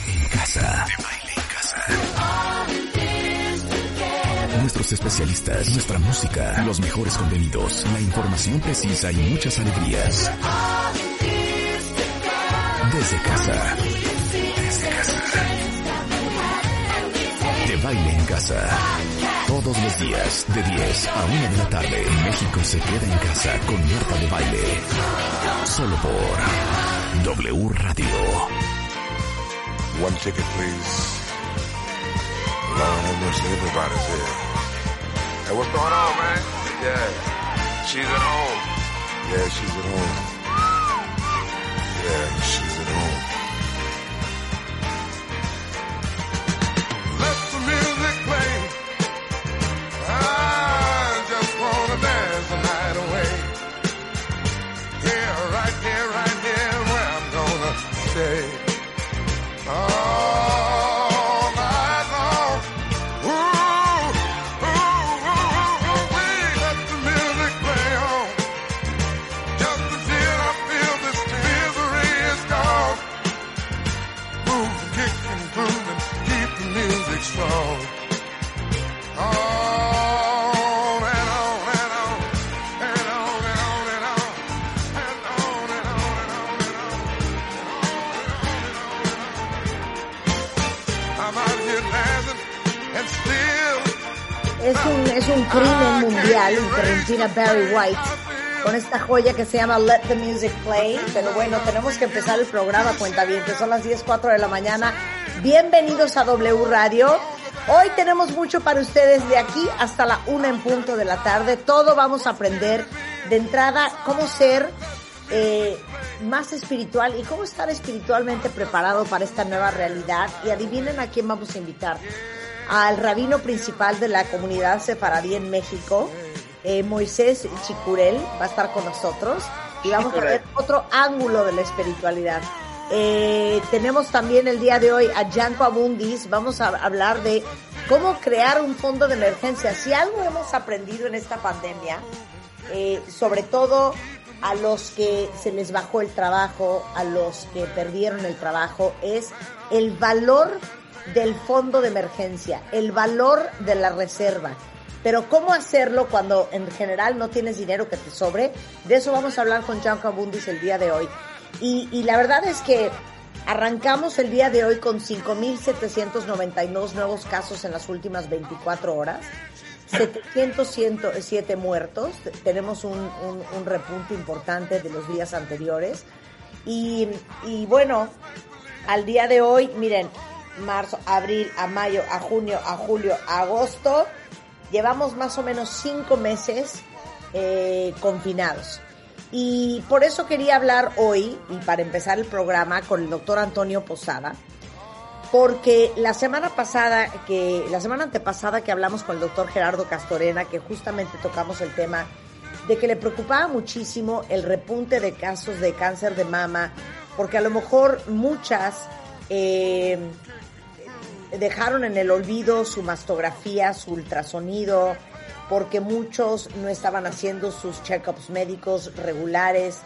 en casa. Nuestros especialistas, nuestra música, los mejores contenidos, la información precisa y muchas alegrías. Desde casa. De Baile en Casa. Todos los días, de 10 a 1 de la tarde, México se queda en casa con Marta de Baile. Solo por W Radio. One ticket, please. Lord have mercy, everybody's here. Hey, what's going on, man? Yeah, she's at home. Yeah, she's at home. Yeah, she's at home. Let the music play. I just wanna dance the night away. Here, right here, where I'm gonna stay. All night long. Let the music play on. Just until I feel this misery is gone. Move, kick and groove and keep the music strong. On and on and on. And on and on and on. And on and on and on and on. I'm out here dancing and still. Es un crimen mundial interrumpir a Barry White con esta joya que se llama Let the Music Play. Pero bueno, tenemos que empezar el programa, cuentavientes. Son las 10:04 de la mañana. Bienvenidos a W Radio. Hoy tenemos mucho para ustedes de aquí hasta la 1 en punto de la tarde. Todo vamos a aprender de entrada cómo ser más espiritual y cómo estar espiritualmente preparado para esta nueva realidad. Y adivinen a quién vamos a invitar. Al rabino principal de la comunidad sefaradí en México, Moisés Chicurel, va a estar con nosotros y vamos a ver otro ángulo de la espiritualidad. Tenemos también el día de hoy a Janko Abundis. Vamos a hablar de cómo crear un fondo de emergencia. Si algo hemos aprendido en esta pandemia, sobre todo a los que se les bajó el trabajo, a los que perdieron el trabajo, es el valor del fondo de emergencia, el valor de la reserva. Pero cómo hacerlo cuando en general no tienes dinero que te sobre, de eso vamos a hablar con Janko Abundis el día de hoy. Y la verdad es que arrancamos el día de hoy con 5,792 nuevos casos en las últimas 24 horas, 707 muertos, tenemos un repunte importante de los días anteriores. Y bueno, al día de hoy, miren, marzo, abril, a mayo, a junio, a julio, a agosto, llevamos más o menos 5 meses confinados. Y por eso quería hablar hoy, y para empezar el programa, con el doctor Antonio Posada, porque la semana antepasada que hablamos con el doctor Gerardo Castorena, que justamente tocamos el tema de que le preocupaba muchísimo el repunte de casos de cáncer de mama, porque a lo mejor muchas dejaron en el olvido su mastografía, su ultrasonido, porque muchos no estaban haciendo sus check-ups médicos regulares.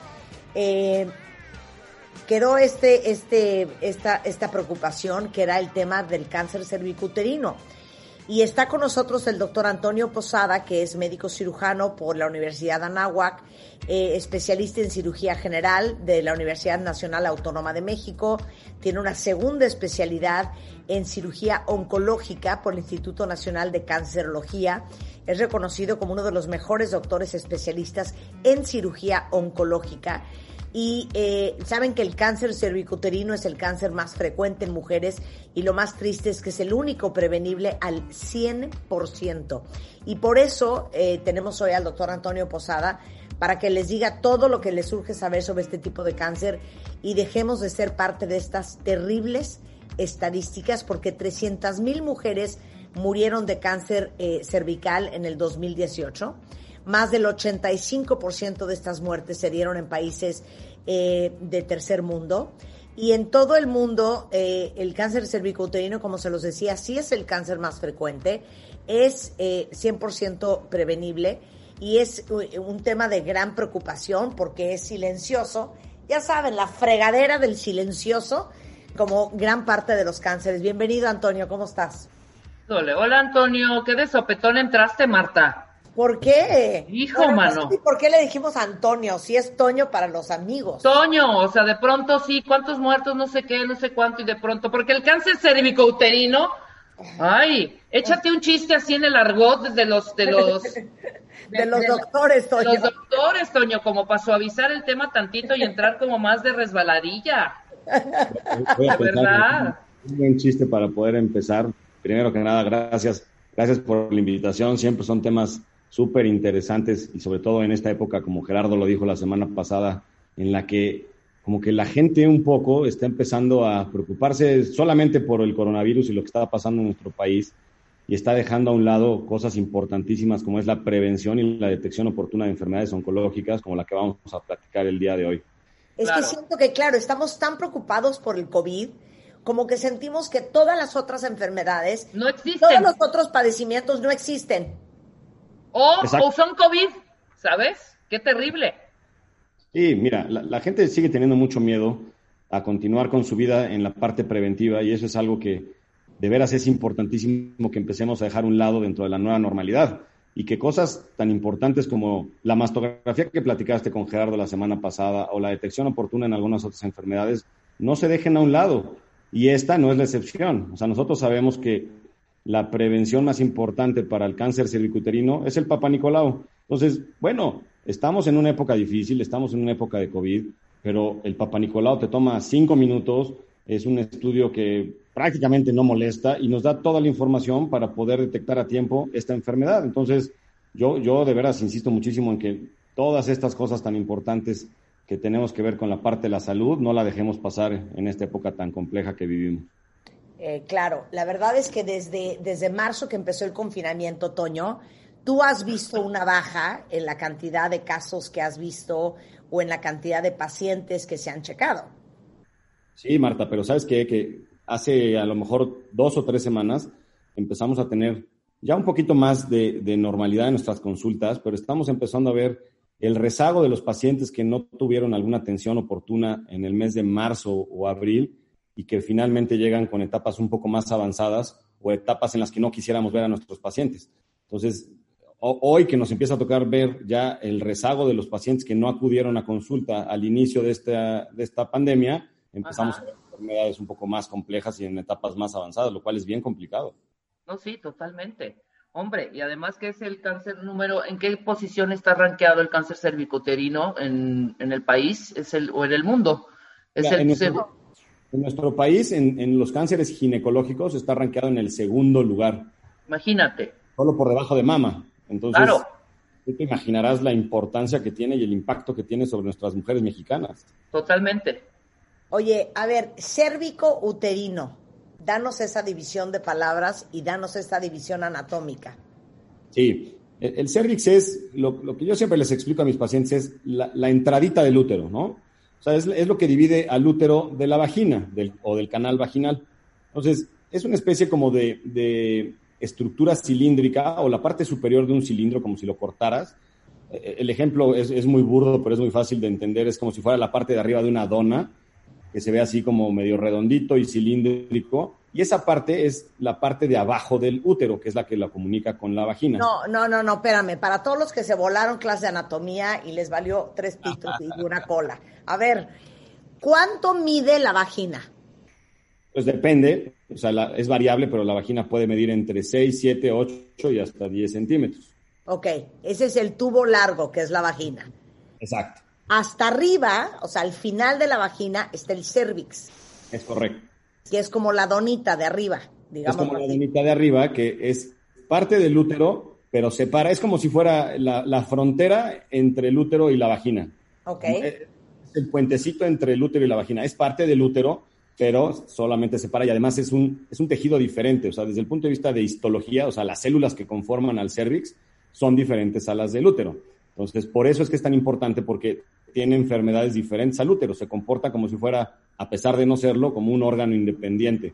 Quedó esta preocupación, que era el tema del cáncer cervicuterino. Y está con nosotros el doctor Antonio Posada, que es médico cirujano por la Universidad Anáhuac, especialista en cirugía general de la Universidad Nacional Autónoma de México. Tiene una segunda especialidad en cirugía oncológica por el Instituto Nacional de Cancerología. Es reconocido como uno de los mejores doctores especialistas en cirugía oncológica. Y saben que el cáncer cervicuterino es el cáncer más frecuente en mujeres y lo más triste es que es el único prevenible al 100%. Y por eso tenemos hoy al doctor Antonio Posada para que les diga todo lo que les surge saber sobre este tipo de cáncer y dejemos de ser parte de estas terribles estadísticas, porque 300,000 mujeres murieron de cáncer cervical en el 2018. Más del 85% de estas muertes se dieron en países de tercer mundo. Y en todo el mundo, el cáncer cervicuterino, como se los decía, sí es el cáncer más frecuente, es 100% prevenible y es un tema de gran preocupación porque es silencioso. Ya saben, la fregadera del silencioso, como gran parte de los cánceres. Bienvenido, Antonio, ¿cómo estás? Hola, Antonio, ¿qué de sopetón entraste, Marta? ¿Por qué? Hijo, Bueno, mano. No sé por qué le dijimos Antonio, si es Toño para los amigos. Toño, o sea, de pronto sí, ¿cuántos muertos? No sé qué, no sé cuánto, y de pronto, porque el cáncer cervicouterino, ay, échate un chiste así en el argot de los de los doctores, Toño. De los doctores, Toño, como para suavizar el tema tantito y entrar como más de resbaladilla. Voy a De verdad. un buen chiste para poder empezar. Primero que nada, gracias por la invitación. Siempre son temas súper interesantes y sobre todo en esta época, como Gerardo lo dijo la semana pasada, en la que como que la gente un poco está empezando a preocuparse solamente por el coronavirus y lo que está pasando en nuestro país y está dejando a un lado cosas importantísimas como es la prevención y la detección oportuna de enfermedades oncológicas como la que vamos a platicar el día de hoy. Es Claro. que siento que, claro, estamos tan preocupados por el COVID, como que sentimos que todas las otras enfermedades, No existen. todos los otros padecimientos no existen. Exacto. O son COVID, ¿sabes? Qué terrible. Sí, mira, la gente sigue teniendo mucho miedo a continuar con su vida en la parte preventiva y eso es algo que de veras es importantísimo que empecemos a dejar a un lado dentro de la nueva normalidad y que cosas tan importantes como la mastografía que platicaste con Gerardo la semana pasada o la detección oportuna en algunas otras enfermedades no se dejen a un lado y esta no es la excepción. O sea, nosotros sabemos que la prevención más importante para el cáncer cervicuterino es el Papá Nicolau. Entonces, bueno, estamos en una época difícil, estamos en una época de COVID, pero el Papá Nicolau te toma 5 minutos, es un estudio que prácticamente no molesta y nos da toda la información para poder detectar a tiempo esta enfermedad. Entonces, yo de veras insisto muchísimo en que todas estas cosas tan importantes que tenemos que ver con la parte de la salud, no la dejemos pasar en esta época tan compleja que vivimos. Claro, la verdad es que desde marzo que empezó el confinamiento, Toño, ¿tú has visto una baja en la cantidad de casos que has visto o en la cantidad de pacientes que se han checado? Sí, Marta, pero ¿sabes qué? Que hace a lo mejor 2 o 3 semanas empezamos a tener ya un poquito más de normalidad en nuestras consultas, pero estamos empezando a ver el rezago de los pacientes que no tuvieron alguna atención oportuna en el mes de marzo o abril y que finalmente llegan con etapas un poco más avanzadas o etapas en las que no quisiéramos ver a nuestros pacientes. Entonces, hoy que nos empieza a tocar ver ya el rezago de los pacientes que no acudieron a consulta al inicio de esta pandemia, empezamos a ver enfermedades un poco más complejas y en etapas más avanzadas, lo cual es bien complicado. No, sí, totalmente. Hombre, y además que es el cáncer ¿en qué posición está rankeado el cáncer cervicuterino en el país o en el mundo? Mira, en nuestro país, en los cánceres ginecológicos, está rankeado en el 2º lugar. Imagínate. Solo por debajo de mama. Entonces, Claro. tú te imaginarás la importancia que tiene y el impacto que tiene sobre nuestras mujeres mexicanas. Totalmente. Oye, a ver, cérvico-uterino, danos esa división de palabras y danos esta división anatómica. Sí, el cérvix es, lo que yo siempre les explico a mis pacientes es la entradita del útero, ¿no? O sea, es lo que divide al útero de la vagina o del canal vaginal. Entonces, es una especie como de estructura cilíndrica o la parte superior de un cilindro, como si lo cortaras. El ejemplo es muy burdo, pero es muy fácil de entender. Es como si fuera la parte de arriba de una dona, que se ve así como medio redondito y cilíndrico. Y esa parte es la parte de abajo del útero, que es la que la comunica con la vagina. No, espérame. Para todos los que se volaron clase de anatomía y les valió 3 pitos y una cola. A ver, ¿cuánto mide la vagina? Pues depende, o sea, es variable, pero la vagina puede medir entre 6, 7, 8 y hasta 10 centímetros. Ok, ese es el tubo largo, que es la vagina. Exacto. Hasta arriba, o sea, al final de la vagina, está el cérvix, Es correcto. que es como la donita de arriba, digamos. Es como la donita de arriba, que es parte del útero, pero separa, es como si fuera la frontera entre el útero y la vagina. Ok. Es el puentecito entre el útero y la vagina. Es parte del útero, pero solamente separa y además es un tejido diferente. O sea, desde el punto de vista de histología, o sea, las células que conforman al cérvix son diferentes a las del útero. Entonces, por eso es que es tan importante, porque tiene enfermedades diferentes al útero. Se comporta como si fuera, a pesar de no serlo, como un órgano independiente.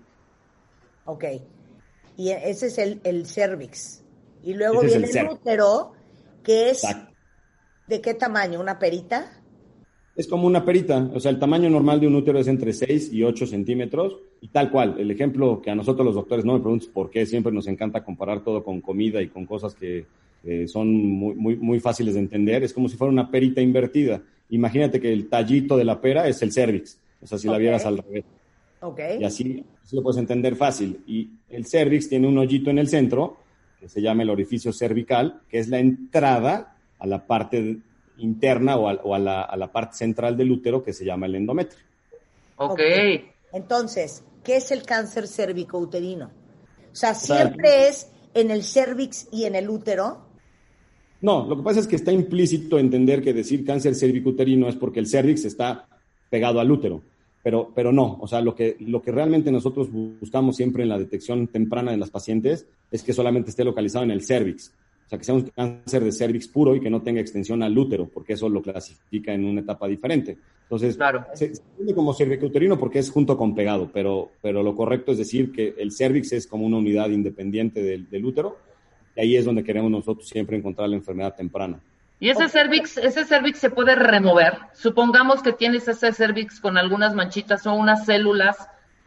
Ok. Y ese es el cérvix. Y luego Ese es viene el el útero, que es... Exacto. ¿De qué tamaño? ¿Una perita? Es como una perita, o sea, el tamaño normal de un útero es entre 6 y 8 centímetros, y tal cual. El ejemplo que a nosotros los doctores, no me preguntes por qué, siempre nos encanta comparar todo con comida y con cosas que son muy fáciles de entender, es como si fuera una perita invertida. Imagínate que el tallito de la pera es el cérvix, o sea, si la vieras al revés. Okay. Y así lo puedes entender fácil. Y el cérvix tiene un hoyito en el centro, que se llama el orificio cervical, que es la entrada a la parte interna o a la parte central del útero, que se llama el endometrio. Ok. Entonces, ¿qué es el cáncer cérvico-uterino? O sea, ¿siempre es en el cérvix y en el útero? No, lo que pasa es que está implícito entender que decir cáncer cérvico-uterino es porque el cérvix está pegado al útero, pero no, o sea, lo que realmente nosotros buscamos siempre en la detección temprana de las pacientes es que solamente esté localizado en el cérvix. O sea, que sea un cáncer de cérvix puro y que no tenga extensión al útero, porque eso lo clasifica en una etapa diferente. Entonces, claro, se entiende como cervicouterino porque es junto con pegado, pero lo correcto es decir que el cérvix es como una unidad independiente del útero, y ahí es donde queremos nosotros siempre encontrar la enfermedad temprana. ¿Y ese cérvix se puede remover? Supongamos que tienes ese cérvix con algunas manchitas o unas células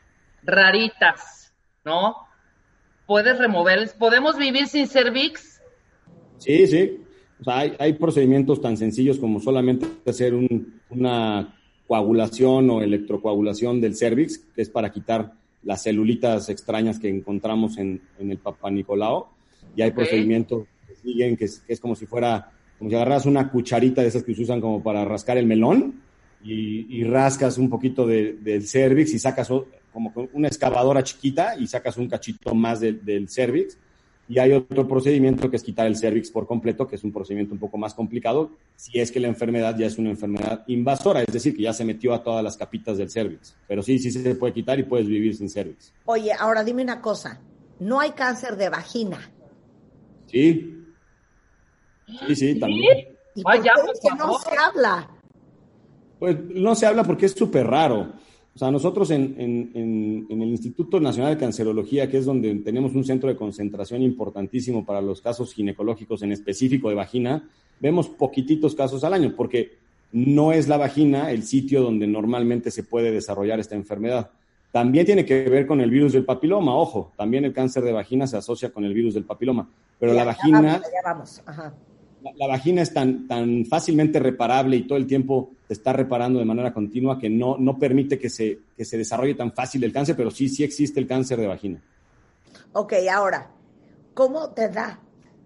raritas, ¿no? ¿Puedes removerlas? ¿Podemos vivir sin cérvix? Sí. O sea, hay procedimientos tan sencillos como solamente hacer una coagulación o electrocoagulación del cérvix, que es para quitar las celulitas extrañas que encontramos en el Papá Nicolau. Y hay procedimientos que siguen, que es como si agarras una cucharita de esas que se usan como para rascar el melón y rascas un poquito del cérvix y sacas como una excavadora chiquita y sacas un cachito más del cérvix. Y hay otro procedimiento que es quitar el cérvix por completo, que es un procedimiento un poco más complicado, si es que la enfermedad ya es una enfermedad invasora, es decir, que ya se metió a todas las capitas del cérvix. Pero sí se puede quitar y puedes vivir sin cérvix. Oye, ahora dime una cosa, ¿no hay cáncer de vagina? Sí, también. ¿Y por qué es que no se habla? Pues no se habla porque es súper raro. O sea, nosotros en el Instituto Nacional de Cancerología, que es donde tenemos un centro de concentración importantísimo para los casos ginecológicos, en específico de vagina, vemos poquititos casos al año, porque no es la vagina el sitio donde normalmente se puede desarrollar esta enfermedad. También tiene que ver con el virus del papiloma, ojo, también el cáncer de vagina se asocia con el virus del papiloma, pero la vagina... Ya vamos. Ajá. La vagina es tan fácilmente reparable y todo el tiempo se está reparando de manera continua que no permite que se desarrolle tan fácil el cáncer, pero sí existe el cáncer de vagina. Ok, ahora, ¿cómo te da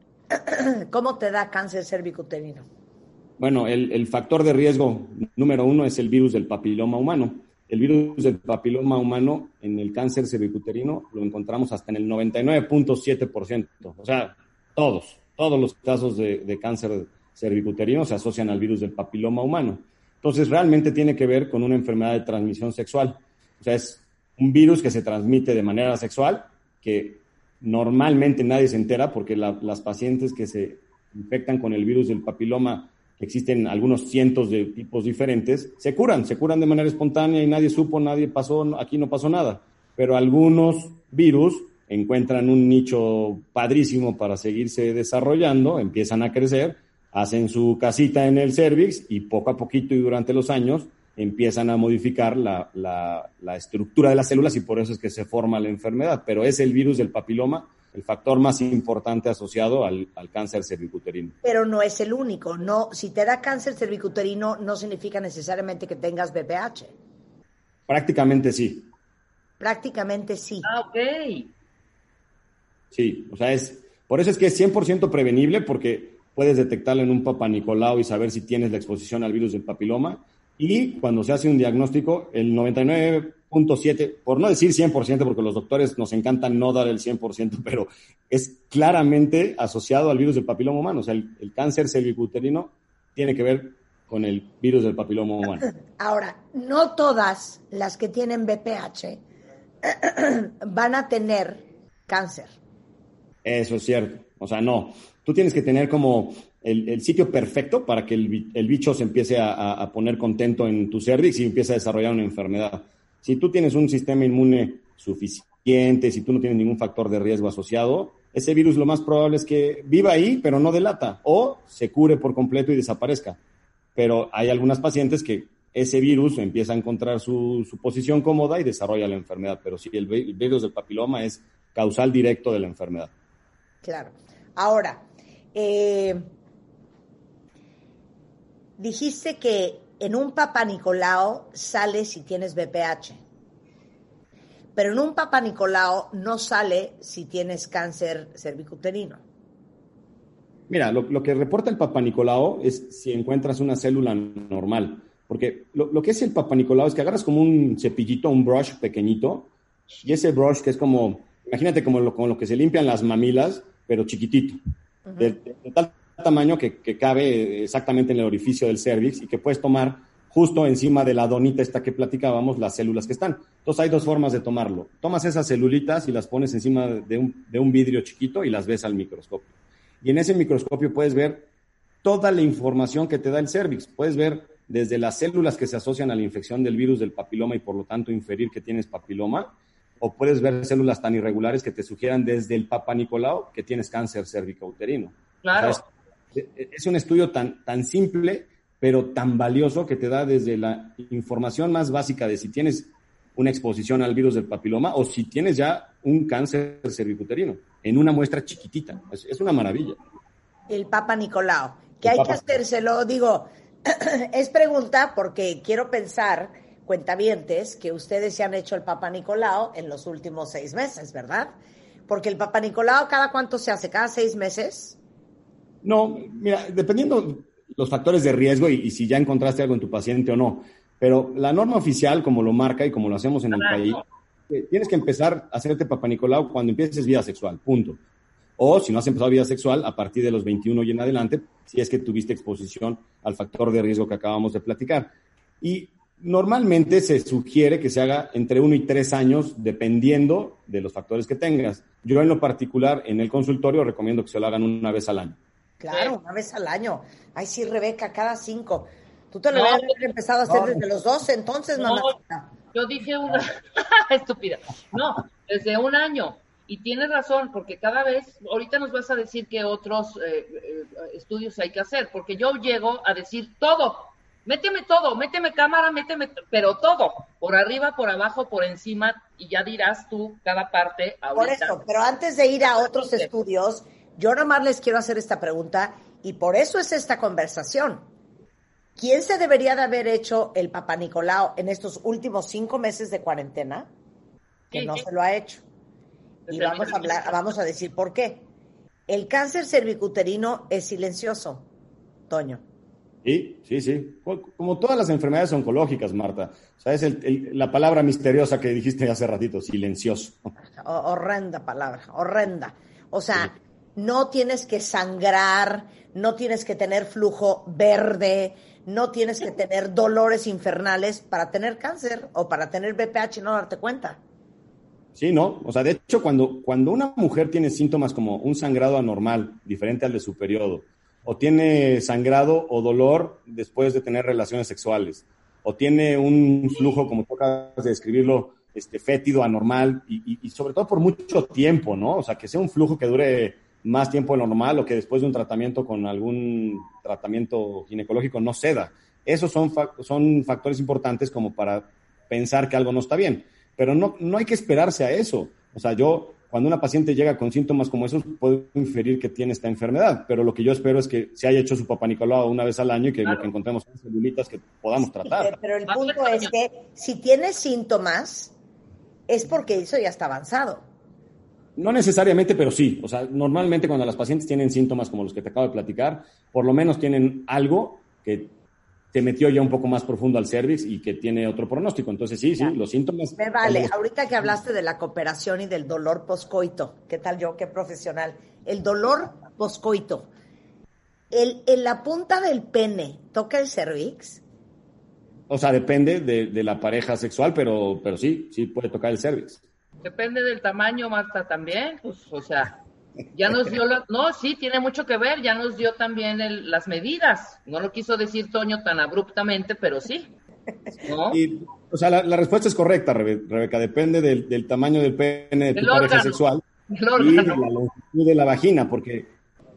cáncer cervicuterino? Bueno, el factor de riesgo número 1 es el virus del papiloma humano. El virus del papiloma humano en el cáncer cervicuterino lo encontramos hasta en el 99.7%. O sea, todos los casos de cáncer cervicuterino se asocian al virus del papiloma humano. Entonces, realmente tiene que ver con una enfermedad de transmisión sexual. O sea, es un virus que se transmite de manera sexual, que normalmente nadie se entera porque las pacientes que se infectan con el virus del papiloma, que existen algunos cientos de tipos diferentes, se curan de manera espontánea y nadie supo, nadie pasó, aquí no pasó nada. Pero algunos virus encuentran un nicho padrísimo para seguirse desarrollando, empiezan a crecer, hacen su casita en el cérvix y poco a poquito y durante los años empiezan a modificar la estructura de las células y por eso es que se forma la enfermedad. Pero es el virus del papiloma el factor más importante asociado al cáncer cervicuterino. Pero no es el único. No, si te da cáncer cervicuterino no significa necesariamente que tengas BPH. Prácticamente sí. Prácticamente sí. Ah, ok. Sí, o sea, por eso es que es 100% prevenible, porque puedes detectarlo en un Papá Nicolau y saber si tienes la exposición al virus del papiloma. Y cuando se hace un diagnóstico, el 99.7%, por no decir 100%, porque los doctores nos encanta no dar el 100%, pero es claramente asociado al virus del papiloma humano. O sea, el cáncer cervicuterino tiene que ver con el virus del papiloma humano. Ahora, no todas las que tienen BPH van a tener cáncer. Eso es cierto. O sea, no. Tú tienes que tener como el sitio perfecto para que el bicho se empiece a poner contento en tu cérvix y empiece a desarrollar una enfermedad. Si tú tienes un sistema inmune suficiente, si tú no tienes ningún factor de riesgo asociado, ese virus lo más probable es que viva ahí, pero no delata, o se cure por completo y desaparezca. pero hay algunas pacientes que ese virus empieza a encontrar su posición cómoda y desarrolla la enfermedad, pero sí, el virus del papiloma es causal directo de la enfermedad. Claro. Ahora, dijiste que en un Papá Nicolau sale si tienes BPH, pero en un Papá Nicolau no sale si tienes cáncer cervicuterino. Mira, lo que reporta el Papá Nicolau es si encuentras una célula normal, porque lo que es el Papá Nicolau es que agarras como un cepillito, un brush pequeñito, y ese brush que es como, imagínate como lo que se limpian las mamilas, pero chiquitito, uh-huh. de tal tamaño que cabe exactamente en el orificio del cervix y que puedes tomar justo encima de la donita esta que platicábamos, las células que están. Entonces hay dos formas de tomarlo. Tomas esas celulitas y las pones encima de un vidrio chiquito y las ves al microscopio. Y en ese microscopio puedes ver toda la información que te da el cervix. Puedes ver desde las células que se asocian a la infección del virus del papiloma y por lo tanto inferir que tienes papiloma, o puedes ver células tan irregulares que te sugieran desde el Papá Nicolau que tienes cáncer cérvico-uterino. Claro. O sea, es un estudio tan simple, pero tan valioso que te da desde la información más básica de si tienes una exposición al virus del papiloma o si tienes ya un cáncer cervicuterino en una muestra chiquitita. Es una maravilla. El Papá Nicolau, que hay que hacérselo, digo, es pregunta porque quiero pensar, cuentavientes, que ustedes se han hecho el Papá Nicolau en los últimos 6 meses, ¿verdad? Porque el Papá Nicolau, ¿cada cuánto se hace? ¿Cada 6 meses? No, mira, dependiendo los factores de riesgo y si ya encontraste algo en tu paciente o no, pero la norma oficial, como lo marca y como lo hacemos en el país, tienes que empezar a hacerte Papá Nicolau cuando empieces vida sexual, punto. O si no has empezado vida sexual, a partir de los 21 y en adelante, si es que tuviste exposición al factor de riesgo que acabamos de platicar. Y normalmente se sugiere que se haga entre 1 y 3 años, dependiendo de los factores que tengas. Yo en lo particular, en el consultorio, recomiendo que se lo hagan una vez al año. Claro, una vez al año. Ay, sí, Rebeca, cada 5. Tú te lo debes haber empezado a hacer desde los 12, entonces, mamacita. Yo dije una... Estúpida. No, desde 1 año. Y tienes razón, porque cada vez... Ahorita nos vas a decir qué otros estudios hay que hacer, porque yo llego a decir todo. Méteme todo, méteme cámara, pero todo. Por arriba, por abajo, por encima, y ya dirás tú cada parte ahorita. Por eso, pero antes de ir a otros estudios... Yo nomás les quiero hacer esta pregunta y por eso es esta conversación. ¿Quién se debería de haber hecho el Papá Nicolau en estos últimos 5 meses de cuarentena? Que no se lo ha hecho. Y vamos a decir por qué. El cáncer cervicuterino es silencioso, Toño. Sí. Como todas las enfermedades oncológicas, Marta. O sea, es la palabra misteriosa que dijiste hace ratito, silencioso. Horrenda palabra, horrenda. O sea... Sí. No tienes que sangrar, no tienes que tener flujo verde, no tienes que tener dolores infernales para tener cáncer o para tener BPH y no darte cuenta. Sí, ¿no? O sea, de hecho, cuando una mujer tiene síntomas como un sangrado anormal, diferente al de su periodo, o tiene sangrado o dolor después de tener relaciones sexuales, o tiene un flujo, como tú acabas de describirlo, fétido, anormal, y sobre todo por mucho tiempo, ¿no? O sea, que sea un flujo que dure más tiempo de lo normal o que después de un tratamiento con algún tratamiento ginecológico no ceda. Esos son factores importantes como para pensar que algo no está bien. Pero no hay que esperarse a eso. O sea, cuando una paciente llega con síntomas como esos, puedo inferir que tiene esta enfermedad. Pero lo que yo espero es que se haya hecho su Papá Nicolau una vez al año y que lo que encontremos son celulitas que podamos tratar. Pero el punto es que si tienes síntomas, es porque eso ya está avanzado. No necesariamente, pero sí. O sea, normalmente cuando las pacientes tienen síntomas como los que te acabo de platicar, por lo menos tienen algo que te metió ya un poco más profundo al cervix y que tiene otro pronóstico. Entonces, sí, los síntomas... Me vale. Ahorita que hablaste de la cooperación y del dolor poscoito, ¿qué tal yo? Qué profesional. El dolor poscoito. ¿En la punta del pene toca el cervix? O sea, depende de la pareja sexual, pero sí puede tocar el cervix. Depende del tamaño, Marta, también, pues, o sea, ya nos dio no, sí, tiene mucho que ver, ya nos dio también las medidas, no lo quiso decir Toño tan abruptamente, pero sí, ¿no? O sea, la respuesta es correcta, Rebeca, depende del tamaño del pene de tu pareja sexual y de la longitud de la vagina, porque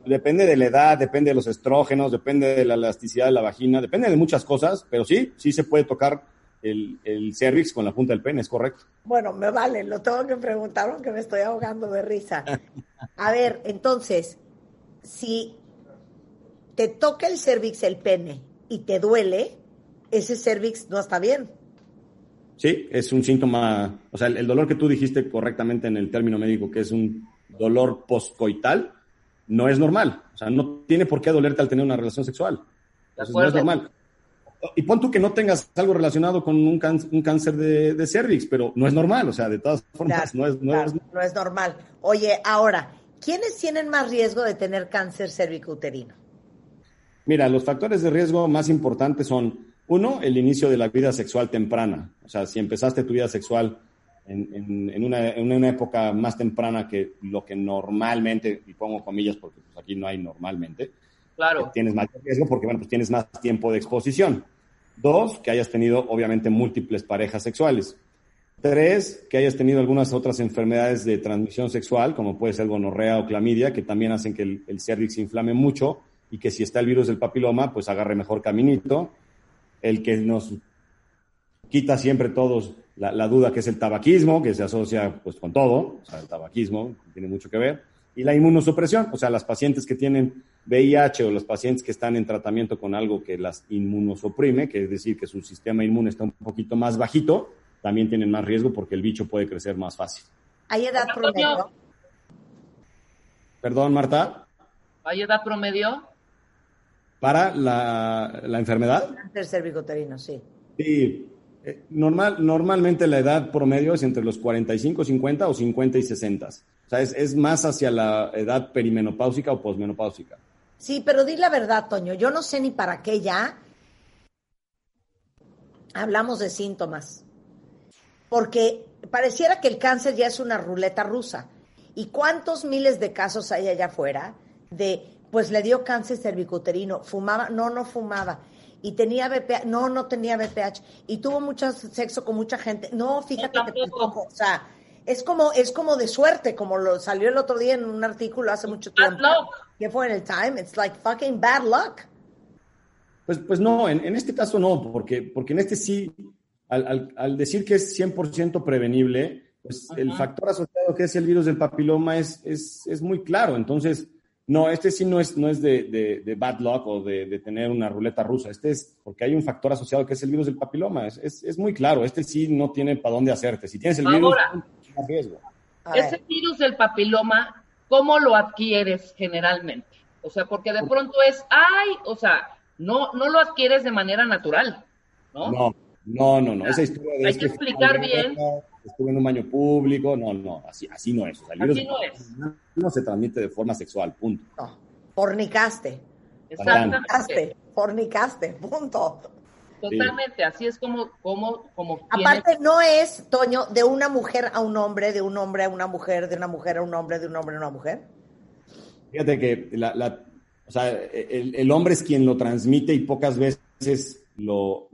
Depende de la edad, depende de los estrógenos, depende de la elasticidad de la vagina, depende de muchas cosas, pero sí se puede tocar el cervix con la punta del pene, es correcto. Bueno, me vale, lo tengo que preguntar porque me estoy ahogando de risa. A ver, entonces, si te toca el cervix, el pene, y te duele, ese cervix no está bien. Sí, es un síntoma, o sea, el dolor que tú dijiste correctamente en el término médico, que es un dolor postcoital, no es normal. O sea, no tiene por qué dolerte al tener una relación sexual. Entonces, no es normal. Y pon tú que no tengas algo relacionado con un cáncer de cervix, pero no es normal. O sea, de todas formas, Claro, no es normal. Oye, ahora, ¿quiénes tienen más riesgo de tener cáncer cervicouterino? Mira, los factores de riesgo más importantes son, uno, el inicio de la vida sexual temprana. O sea, si empezaste tu vida sexual en una época más temprana que lo que normalmente, y pongo comillas porque pues, aquí no hay normalmente, claro, tienes más riesgo porque, bueno, pues tienes más tiempo de exposición. 2, que hayas tenido, obviamente, múltiples parejas sexuales. 3, que hayas tenido algunas otras enfermedades de transmisión sexual, como puede ser gonorrea o clamidia, que también hacen que el cervix se inflame mucho y que si está el virus del papiloma, pues agarre mejor caminito. El que nos quita siempre todos la duda, que es el tabaquismo, que se asocia pues con todo, o sea, el tabaquismo tiene mucho que ver, y la inmunosupresión, o sea, las pacientes que tienen VIH o los pacientes que están en tratamiento con algo que las inmunosuprime, que es decir, que su sistema inmune está un poquito más bajito, también tienen más riesgo porque el bicho puede crecer más fácil. ¿Hay edad promedio? Perdón, Marta. ¿Hay edad promedio? ¿Para la enfermedad? Cáncer cervicouterino, sí. Sí. Normalmente la edad promedio es entre los 45, 50 o 50 y 60. O sea, es más hacia la edad perimenopáusica o posmenopáusica. Sí, pero di la verdad, Toño, yo no sé ni para qué ya hablamos de síntomas. Porque pareciera que el cáncer ya es una ruleta rusa. ¿Y cuántos miles de casos hay allá afuera de, pues le dio cáncer cervicouterino, fumaba? No fumaba. Y tenía BPH, no tenía BPH, y tuvo mucho sexo con mucha gente. No, fíjate que tampoco, o sea, es como de suerte, como lo salió el otro día en un artículo hace mucho tiempo. Bad luck. ¿Qué fue en el Time? It's like fucking bad luck. Pues no, en este caso no, porque en este sí, al decir que es 100% prevenible, pues el factor asociado que es el virus del papiloma es muy claro. Entonces, no, este sí no es de bad luck o de tener una ruleta rusa. Este es porque hay un factor asociado que es el virus del papiloma. Es muy claro. Este sí no tiene para dónde hacerte. Si tienes el virus, tienes riesgo. Ese virus del papiloma, ¿cómo lo adquieres generalmente? O sea, porque de pronto o sea, no lo adquieres de manera natural, ¿no? No. Esa historia de hay que explicar bien. Estuve en un baño público, no, así no es. O sea, el virus así no es. No se transmite de forma sexual, punto. No, fornicaste, punto. Totalmente, así es como aparte no es, Toño, de una mujer a un hombre, de un hombre a una mujer, de una mujer a un hombre, de un hombre a una mujer. Fíjate que o sea, el hombre es quien lo transmite y pocas veces lo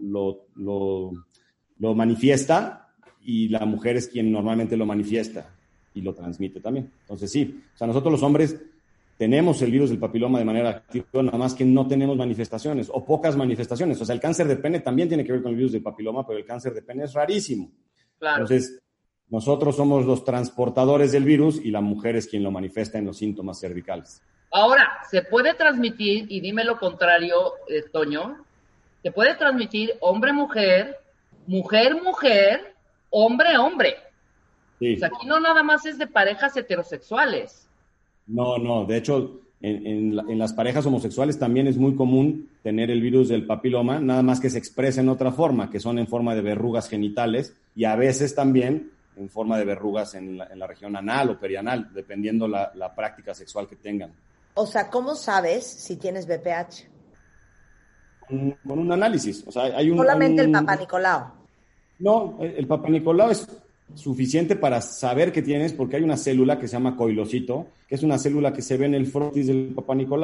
manifiesta, y la mujer es quien normalmente lo manifiesta y lo transmite también. Entonces sí, o sea, nosotros los hombres tenemos el virus del papiloma de manera activa, nada más que no tenemos manifestaciones o pocas manifestaciones. O sea, el cáncer de pene también tiene que ver con el virus del papiloma, pero el cáncer de pene es rarísimo. Claro. Entonces, nosotros somos los transportadores del virus y la mujer es quien lo manifiesta en los síntomas cervicales. Ahora, ¿se puede transmitir, y dime lo contrario, Toño, se puede transmitir hombre-mujer, mujer-mujer, hombre-hombre? Sí. O sea, aquí no nada más es de parejas heterosexuales. No, de hecho, en las parejas homosexuales también es muy común tener el virus del papiloma, nada más que se expresa en otra forma, que son en forma de verrugas genitales y a veces también en forma de verrugas en la región anal o perianal, dependiendo la práctica sexual que tengan. O sea, ¿cómo sabes si tienes BPH? Con un análisis. O sea, solamente el Papá Nicolau. No, el Papá Nicolau es suficiente para saber que tienes, porque hay una célula que se llama coilocito, que es una célula que se ve en el frotis del Papá Nicolau.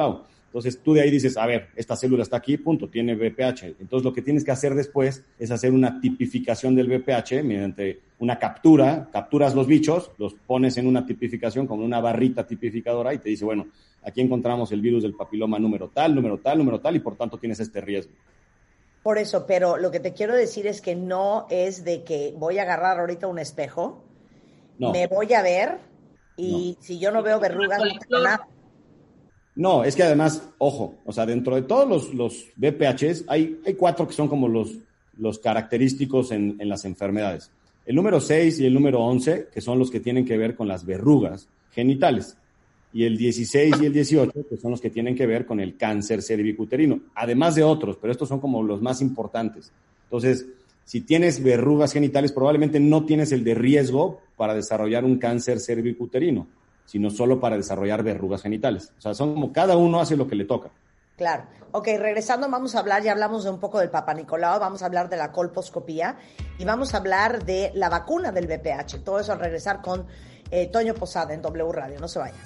Entonces tú de ahí dices, a ver, esta célula está aquí, punto, tiene VPH. Entonces lo que tienes que hacer después es hacer una tipificación del VPH mediante una captura, capturas los bichos, los pones en una tipificación como una barrita tipificadora y te dice, bueno, aquí encontramos el virus del papiloma número tal, y por tanto tienes este riesgo. Por eso, pero lo que te quiero decir es que no es de que voy a agarrar ahorita un espejo, me voy a ver y si yo no veo verrugas, no tengo nada. No, es que además, ojo, o sea, dentro de todos los VPHs hay 4 que son como los característicos en las enfermedades. El número 6 y el número 11, que son los que tienen que ver con las verrugas genitales. Y el 16 y el 18, que son los que tienen que ver con el cáncer cervicuterino. Además de otros, pero estos son como los más importantes. Entonces, si tienes verrugas genitales, probablemente no tienes el de riesgo para desarrollar un cáncer cervicuterino, sino solo para desarrollar verrugas genitales. O sea, son como cada uno hace lo que le toca. Claro. Ok, regresando vamos a hablar, ya hablamos de un poco del Papa Nicolau, vamos a hablar de la colposcopía y vamos a hablar de la vacuna del VPH. Todo eso al regresar con Toño Posada en W Radio. No se vayan.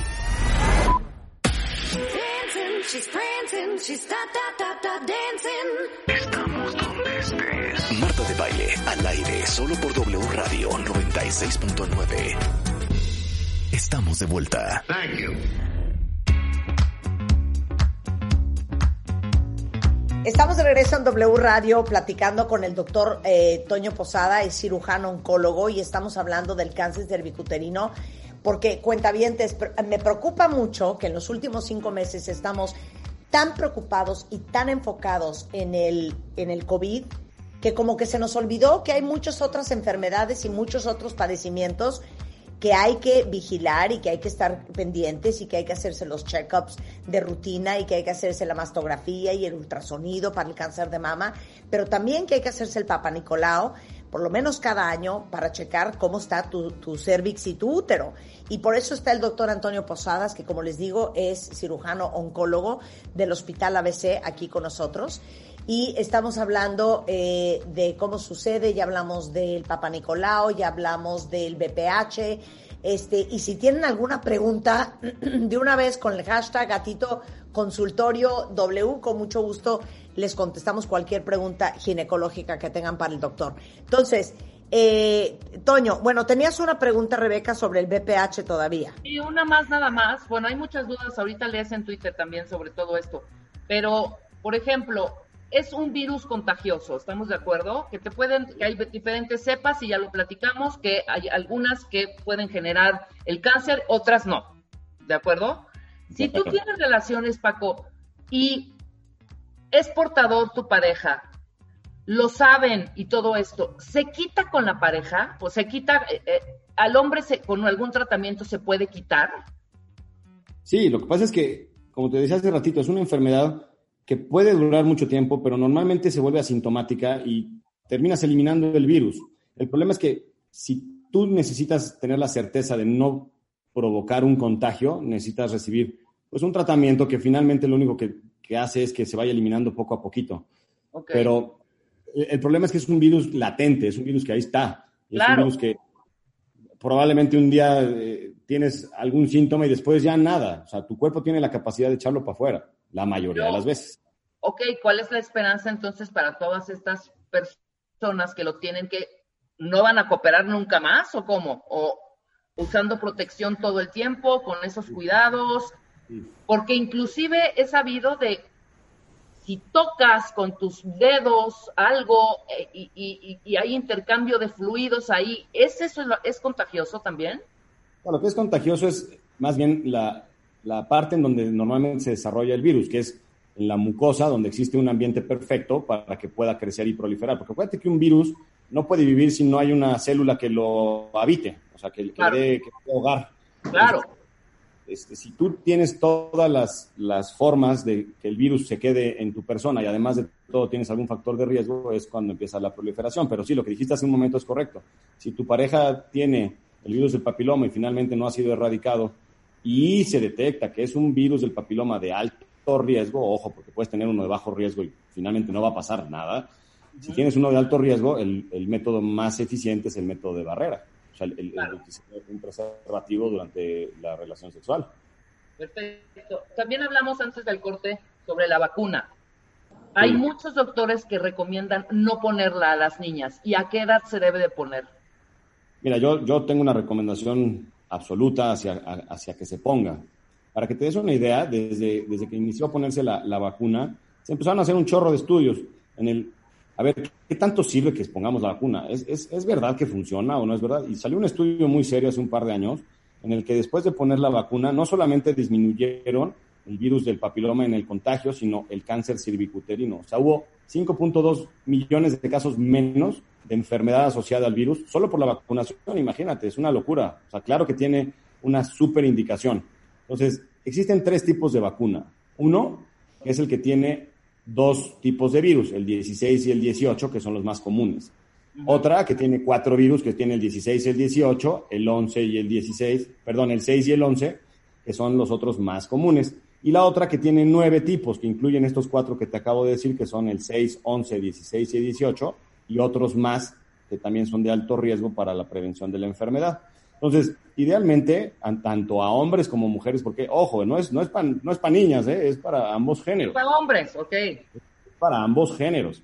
Estamos donde estés. Marta de Baile, al aire, solo por W Radio 96.9. Estamos de vuelta. Thank you. Estamos de regreso en W Radio platicando con el doctor Toño Posada, es cirujano oncólogo y estamos hablando del cáncer cervicuterino porque, cuentavientes, me preocupa mucho que en los últimos 5 meses estamos tan preocupados y tan enfocados en el COVID que como que se nos olvidó que hay muchas otras enfermedades y muchos otros padecimientos que hay que vigilar y que hay que estar pendientes y que hay que hacerse los check-ups de rutina y que hay que hacerse la mastografía y el ultrasonido para el cáncer de mama, pero también que hay que hacerse el Papa Nicolau por lo menos cada año para checar cómo está tu cervix y tu útero. Y por eso está el doctor Antonio Posadas, que como les digo es cirujano oncólogo del Hospital ABC aquí con nosotros. Y estamos hablando de cómo sucede, ya hablamos del Papa Nicolau, ya hablamos del VPH, y si tienen alguna pregunta, de una vez con el hashtag Gatito Consultorio W, con mucho gusto les contestamos cualquier pregunta ginecológica que tengan para el doctor. Entonces, Toño, bueno, tenías una pregunta, Rebeca, sobre el VPH todavía. Y una más, nada más. Bueno, hay muchas dudas, ahorita lees en Twitter también sobre todo esto, pero, por ejemplo, es un virus contagioso, ¿estamos de acuerdo? Que hay diferentes cepas y ya lo platicamos, que hay algunas que pueden generar el cáncer, otras no, ¿de acuerdo? Si tú tienes relaciones, Paco, y es portador tu pareja, lo saben y todo esto, ¿se quita con la pareja? ¿O se quita, al hombre con algún tratamiento se puede quitar? Sí, lo que pasa es que, como te decía hace ratito, es una enfermedad que puede durar mucho tiempo, pero normalmente se vuelve asintomática y terminas eliminando el virus. El problema es que si tú necesitas tener la certeza de no provocar un contagio, necesitas recibir pues un tratamiento que finalmente lo único que hace es que se vaya eliminando poco a poquito. Okay. Pero el problema es que es un virus latente, es un virus que ahí está. Claro. Es un virus que probablemente un día tienes algún síntoma y después ya nada. O sea, tu cuerpo tiene la capacidad de echarlo para afuera, la mayoría de las veces. Ok, ¿cuál es la esperanza entonces para todas estas personas que lo tienen, que no van a cooperar nunca más o cómo? ¿O usando protección todo el tiempo, con esos cuidados? Porque inclusive he sabido de si tocas con tus dedos algo y hay intercambio de fluidos ahí, ¿es contagioso también? Bueno, lo que es contagioso es más bien la parte en donde normalmente se desarrolla el virus, que es en la mucosa, donde existe un ambiente perfecto para que pueda crecer y proliferar. Porque acuérdate que un virus no puede vivir si no hay una célula que lo habite, o sea, que Claro. le dé hogar. Claro. Si tú tienes todas las formas de que el virus se quede en tu persona y además de todo tienes algún factor de riesgo, es cuando empieza la proliferación. Pero sí, lo que dijiste hace un momento es correcto. Si tu pareja tiene el virus del papiloma y finalmente no ha sido erradicado y se detecta que es un virus del papiloma de alto riesgo, ojo, porque puedes tener uno de bajo riesgo y finalmente no va a pasar nada. Si tienes uno de alto riesgo, el método más eficiente es el método de barrera. O sea, el un preservativo durante la relación sexual. Perfecto. También hablamos antes del corte sobre la vacuna. Hay muchos doctores que recomiendan no ponerla a las niñas. ¿Y a qué edad se debe de poner? Mira, yo tengo una recomendación absoluta hacia que se ponga. Para que te des una idea, desde que inició a ponerse la vacuna, se empezaron a hacer un chorro de estudios a ver, ¿qué tanto sirve que pongamos la vacuna? ¿Es verdad que funciona o no es verdad? Y salió un estudio muy serio hace un par de años en el que después de poner la vacuna, no solamente disminuyeron el virus del papiloma en el contagio, sino el cáncer cervicuterino. O sea, hubo 5.2 millones de casos menos de enfermedad asociada al virus solo por la vacunación. Imagínate, es una locura. O sea, claro que tiene una súper indicación. Entonces, existen 3 tipos de vacuna. Uno, que es el que tiene 2 tipos de virus, el 16 y el 18, que son los más comunes. Otra que tiene 4 virus, que tiene el 16 y el 18, el 11 y el 16, perdón, el 6 y el 11, que son los otros más comunes. Y la otra que tiene 9 tipos, que incluyen estos 4 que te acabo de decir, que son el 6, 11, 16 y 18, y otros más que también son de alto riesgo para la prevención de la enfermedad. Entonces, idealmente, tanto a hombres como mujeres, porque, ojo, no es para niñas, es para ambos géneros. Para hombres, ok. Es para ambos géneros.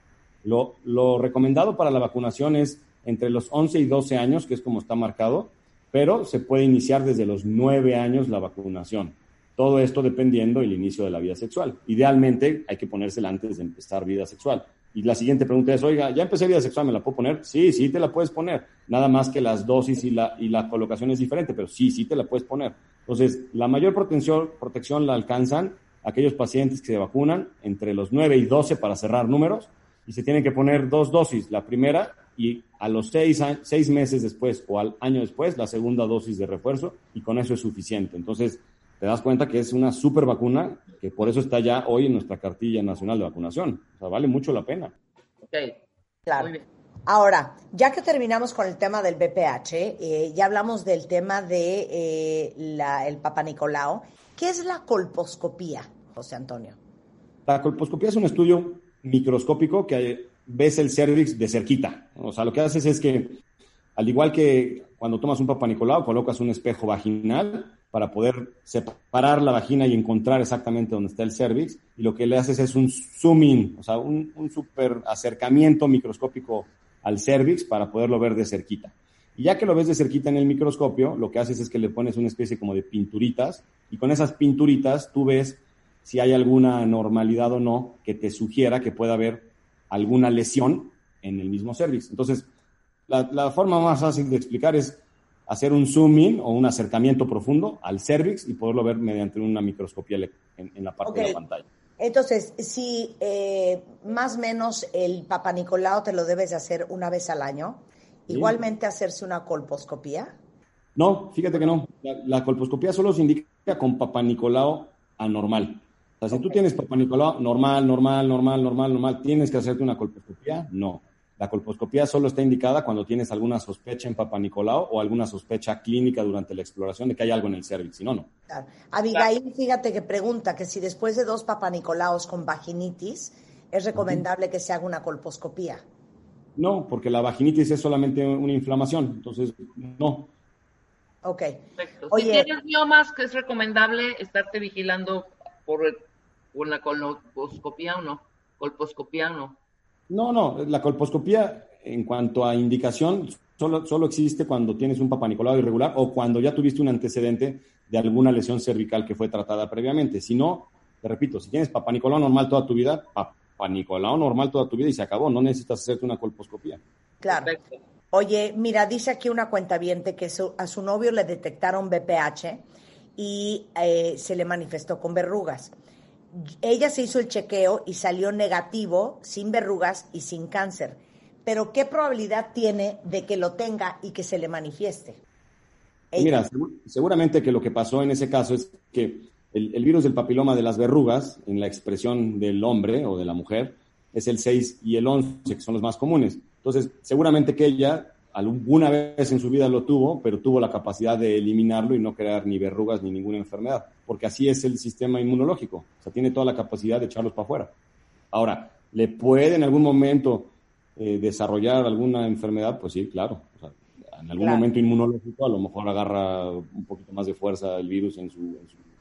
Lo recomendado para la vacunación es entre los 11 y 12 años, que es como está marcado, pero se puede iniciar desde los 9 años la vacunación. Todo esto dependiendo del inicio de la vida sexual. Idealmente hay que ponérsela antes de empezar vida sexual. Y la siguiente pregunta es, oiga, ¿ya empecé vida sexual? ¿Me la puedo poner? Sí te la puedes poner. Nada más que las dosis y la colocación es diferente, pero sí te la puedes poner. Entonces, la mayor protección la alcanzan aquellos pacientes que se vacunan entre los 9 y 12 para cerrar números, y se tienen que poner 2 dosis. La primera, y a los 6 meses después o al año después, la segunda dosis de refuerzo, y con eso es suficiente. Entonces, te das cuenta que es una súper vacuna, que por eso está ya hoy en nuestra cartilla nacional de vacunación. O sea, vale mucho la pena. Ok. Claro. Muy bien. Ahora, ya que terminamos con el tema del BPH, ya hablamos del tema de el Papa Nicolau. ¿Qué es la colposcopía, José Antonio? La colposcopía es un estudio microscópico que ves el cervix de cerquita. O sea, lo que haces es que, al igual que cuando tomas un Papa Nicolau, colocas un espejo vaginal para poder separar la vagina y encontrar exactamente dónde está el cervix, y lo que le haces es un zoom in, o sea, un súper acercamiento microscópico al cervix para poderlo ver de cerquita. Y ya que lo ves de cerquita en el microscopio, lo que haces es que le pones una especie como de pinturitas, y con esas pinturitas tú ves si hay alguna anormalidad o no que te sugiera que pueda haber alguna lesión en el mismo cervix. Entonces, la forma más fácil de explicar es hacer un zoom in o un acercamiento profundo al cervix y poderlo ver mediante una microscopía en la parte de la pantalla. Entonces, si más o menos el Papa Nicolau te lo debes de hacer una vez al año, Sí. igualmente hacerse una colposcopía. No, fíjate que no. La colposcopía solo se indica con Papa Nicolau anormal. O sea, si tú tienes Papa Nicolau normal, ¿tienes que hacerte una colposcopía? No. La colposcopía solo está indicada cuando tienes alguna sospecha en Papa Nicolau o alguna sospecha clínica durante la exploración de que hay algo en el cervix, si no, no. Claro. Abigail, fíjate que pregunta que si después de 2 Papa Nicolaos con vaginitis es recomendable que se haga una colposcopía. No, porque la vaginitis es solamente una inflamación, entonces no. Ok. Perfecto. Oye. Si tienes miomas, que es recomendable estarte vigilando por la colposcopía o no. Colposcopía o no. No, la colposcopía en cuanto a indicación solo existe cuando tienes un Papa Nicolau irregular o cuando ya tuviste un antecedente de alguna lesión cervical que fue tratada previamente. Si no, te repito, si tienes Papa Nicolau normal toda tu vida, Papa Nicolau normal toda tu vida y se acabó, no necesitas hacerte una colposcopía. Claro. Perfecto. Oye, mira, dice aquí una cuentaviente que a su novio le detectaron BPH y se le manifestó con verrugas. Ella se hizo el chequeo y salió negativo, sin verrugas y sin cáncer. Pero ¿qué probabilidad tiene de que lo tenga y que se le manifieste? Mira, seguramente que lo que pasó en ese caso es que el virus del papiloma de las verrugas, en la expresión del hombre o de la mujer, es el 6 y el 11, que son los más comunes. Entonces, seguramente que ella alguna vez en su vida lo tuvo, pero tuvo la capacidad de eliminarlo y no crear ni verrugas ni ninguna enfermedad, porque así es el sistema inmunológico, o sea, tiene toda la capacidad de echarlos para afuera. Ahora, ¿le puede en algún momento desarrollar alguna enfermedad? Pues sí, claro. O sea, en algún momento inmunológico a lo mejor agarra un poquito más de fuerza el virus en su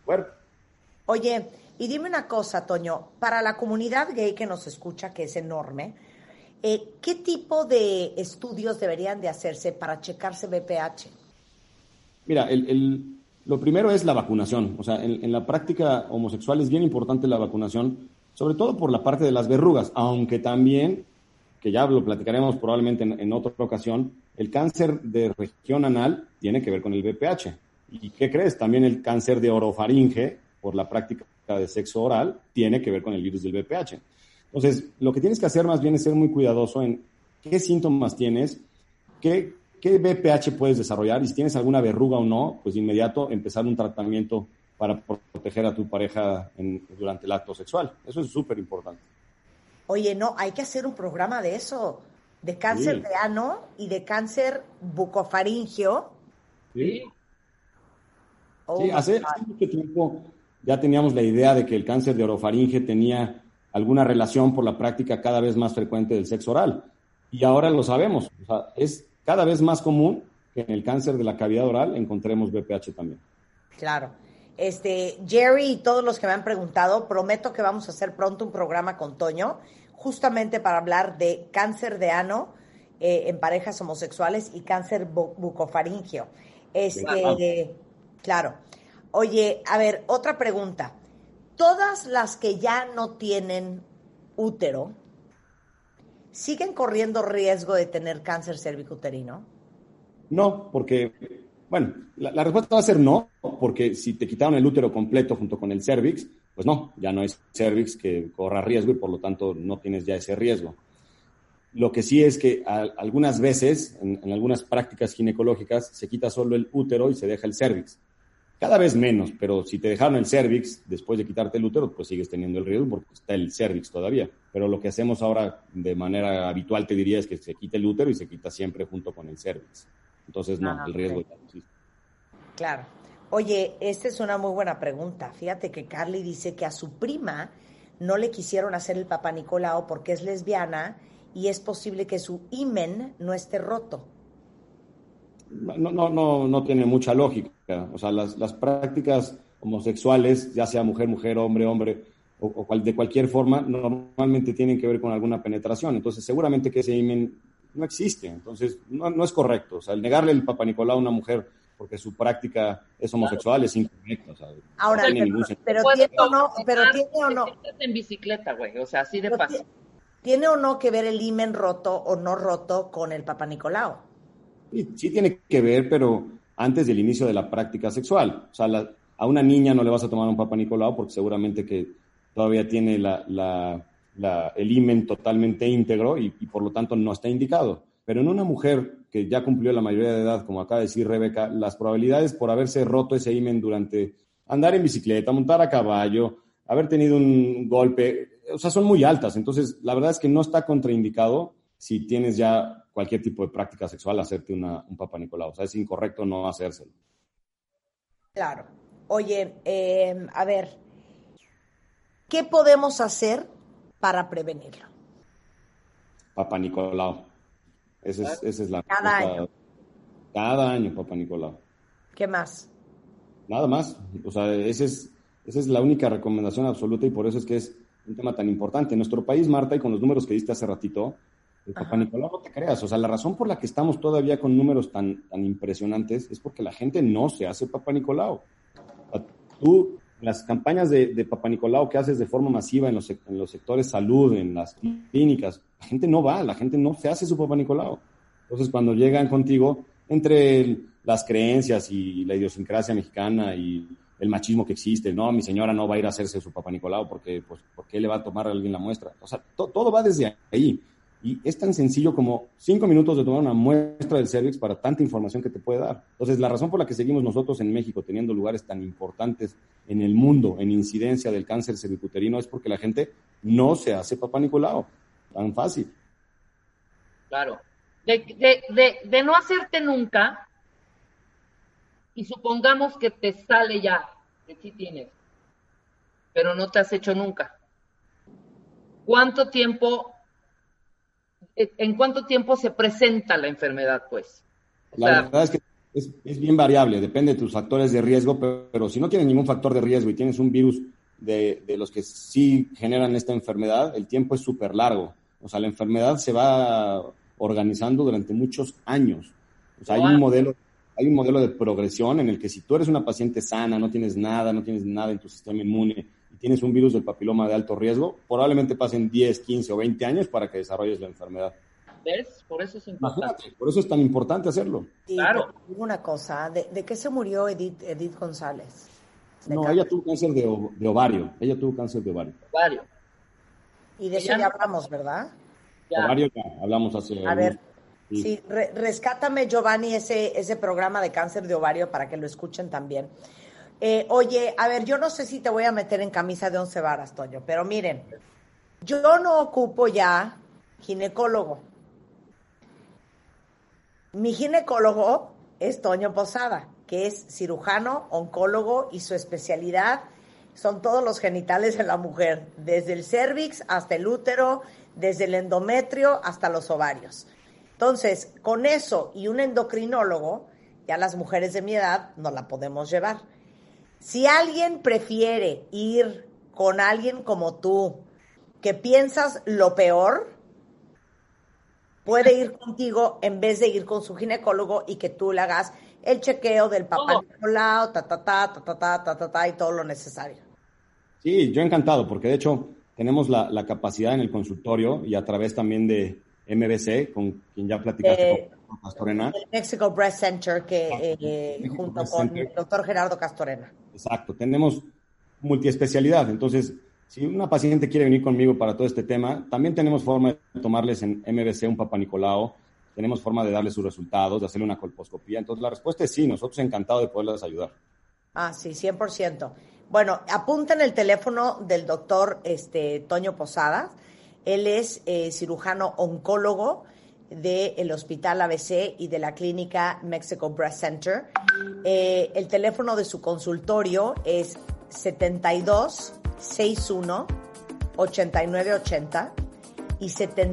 cuerpo. Oye, y dime una cosa, Toño, para la comunidad gay que nos escucha, que es enorme, ¿qué tipo de estudios deberían de hacerse para checarse BPH? Mira, lo primero es la vacunación. O sea, en la práctica homosexual es bien importante la vacunación, sobre todo por la parte de las verrugas, aunque también, que ya lo platicaremos probablemente en otra ocasión, el cáncer de región anal tiene que ver con el BPH. ¿Y qué crees? También el cáncer de orofaringe, por la práctica de sexo oral, tiene que ver con el virus del BPH. Entonces, lo que tienes que hacer más bien es ser muy cuidadoso en qué síntomas tienes, qué BPH puedes desarrollar y si tienes alguna verruga o no, pues de inmediato empezar un tratamiento para proteger a tu pareja durante el acto sexual. Eso es súper importante. Oye, no, hay que hacer un programa de eso, de cáncer de ano y de cáncer bucofaringio. Sí. Oh, sí, hace mucho tiempo ya teníamos la idea de que el cáncer de orofaringe tenía alguna relación por la práctica cada vez más frecuente del sexo oral. Y ahora lo sabemos. O sea, es cada vez más común que en el cáncer de la cavidad oral encontremos BPH también. Claro. Jerry y todos los que me han preguntado, prometo que vamos a hacer pronto un programa con Toño, justamente para hablar de cáncer de ano en parejas homosexuales y cáncer bucofaringio. Claro. Oye, a ver, otra pregunta. ¿Todas las que ya no tienen útero siguen corriendo riesgo de tener cáncer cervicuterino? No, porque, bueno, la respuesta va a ser no, porque si te quitaron el útero completo junto con el cervix, pues no, ya no es cervix que corra riesgo y por lo tanto no tienes ya ese riesgo. Lo que sí es que algunas veces, en algunas prácticas ginecológicas, se quita solo el útero y se deja el cervix. Cada vez menos, pero si te dejaron el cervix después de quitarte el útero, pues sigues teniendo el riesgo porque está el cervix todavía. Pero lo que hacemos ahora de manera habitual, te diría, es que se quita el útero y se quita siempre junto con el cervix. Entonces, no, el riesgo ya no existe. Claro. Oye, esta es una muy buena pregunta. Fíjate que Carly dice que a su prima no le quisieron hacer el Papá Nicolau porque es lesbiana y es posible que su himen no esté roto. No tiene mucha lógica. O sea, las prácticas homosexuales, ya sea mujer, hombre, o de cualquier forma, normalmente tienen que ver con alguna penetración. Entonces, seguramente que ese himen no existe. Entonces, no es correcto. O sea, el negarle el Papá Nicolau a una mujer porque su práctica es homosexual es incorrecto. O sea, ahora, no tiene ningún sentido. Pero tiene o no. En bicicleta, güey. O sea, así de fácil. ¿Tiene o no que ver el himen roto o no roto con el Papá Nicolau? Sí tiene que ver, pero antes del inicio de la práctica sexual. O sea, a una niña no le vas a tomar un Papá Nicolau porque seguramente que todavía tiene el himen totalmente íntegro y por lo tanto no está indicado. Pero en una mujer que ya cumplió la mayoría de edad, como acaba de decir Rebeca, las probabilidades por haberse roto ese himen durante andar en bicicleta, montar a caballo, haber tenido un golpe, o sea, son muy altas. Entonces, la verdad es que no está contraindicado si tienes ya cualquier tipo de práctica sexual, hacerte un Papá Nicolau. O sea, es incorrecto no hacérselo. Claro. Oye, a ver, ¿qué podemos hacer para prevenirlo? Papá Nicolau. Esa es la Cada respuesta. año. Cada año, Papá Nicolau. ¿Qué más? Nada más. O sea, esa es la única recomendación absoluta y por eso es que es un tema tan importante. En nuestro país, Marta, y con los números que diste hace ratito, el Papá Nicolau, no te creas. O sea, la razón por la que estamos todavía con números tan impresionantes es porque la gente no se hace Papá Nicolau. O sea, tú, las campañas de Papá Nicolau que haces de forma masiva en los sectores salud, en las clínicas, la gente no va, la gente no se hace su Papá Nicolau. Entonces, cuando llegan contigo, entre las creencias y la idiosincrasia mexicana y el machismo que existe, no, mi señora no va a ir a hacerse su Papá Nicolau porque, pues, ¿por qué le va a tomar a alguien la muestra? O sea, todo va desde ahí. Y es tan sencillo como 5 minutos de tomar una muestra del cervix para tanta información que te puede dar. Entonces, la razón por la que seguimos nosotros en México teniendo lugares tan importantes en el mundo en incidencia del cáncer cervicuterino es porque la gente no se hace Papá Nicolau. Tan fácil. Claro. De no hacerte nunca, y supongamos que te sale ya, que sí tienes, pero no te has hecho nunca. ¿En cuánto tiempo se presenta la enfermedad, pues? La verdad es que Es bien variable, depende de tus factores de riesgo, pero si no tienes ningún factor de riesgo y tienes un virus de los que sí generan esta enfermedad, el tiempo es súper largo. O sea, la enfermedad se va organizando durante muchos años. O sea, hay un modelo de progresión en el que si tú eres una paciente sana, no tienes nada en tu sistema inmune y tienes un virus del papiloma de alto riesgo, probablemente pasen 10, 15 o 20 años para que desarrolles la enfermedad. ¿Ves? Por eso es importante. Imagínate, por eso es tan importante hacerlo. Y claro. Una cosa, ¿de qué se murió Edith González? No, ella tuvo cáncer de ovario. Ovario. Y de eso ya hablamos, ¿verdad? Ya. Ovario ya hablamos hace... A ver, sí, rescátame, Giovanni, ese programa de cáncer de ovario para que lo escuchen también. Oye, a ver, yo no sé si te voy a meter en camisa de 11 varas, Toño, pero miren, yo no ocupo ya ginecólogo. Mi ginecólogo es Toño Posada, que es cirujano, oncólogo, y su especialidad son todos los genitales de la mujer, desde el cérvix hasta el útero, desde el endometrio hasta los ovarios. Entonces, con eso y un endocrinólogo, ya las mujeres de mi edad nos la podemos llevar. Si alguien prefiere ir con alguien como tú, que piensas lo peor, puede ir contigo en vez de ir con su ginecólogo y que tú le hagas el chequeo del Papá Nicolau, y todo lo necesario. Sí, yo encantado, porque de hecho tenemos la capacidad en el consultorio y a través también de MBC, con quien ya platicaste con Castorena. El Mexico Breast Center, junto con el doctor Gerardo Castorena. Exacto, tenemos multiespecialidad, entonces si una paciente quiere venir conmigo para todo este tema, también tenemos forma de tomarles en MBC un Papá Nicolau, tenemos forma de darles sus resultados, de hacerle una colposcopía. Entonces la respuesta es sí, nosotros encantados de poderles ayudar. Ah, sí, 100%. Bueno, apunten el teléfono del doctor Toño Posada. Él es cirujano oncólogo del Hospital ABC y de la clínica Mexico Breast Center. El teléfono de su consultorio es 7261-8980 y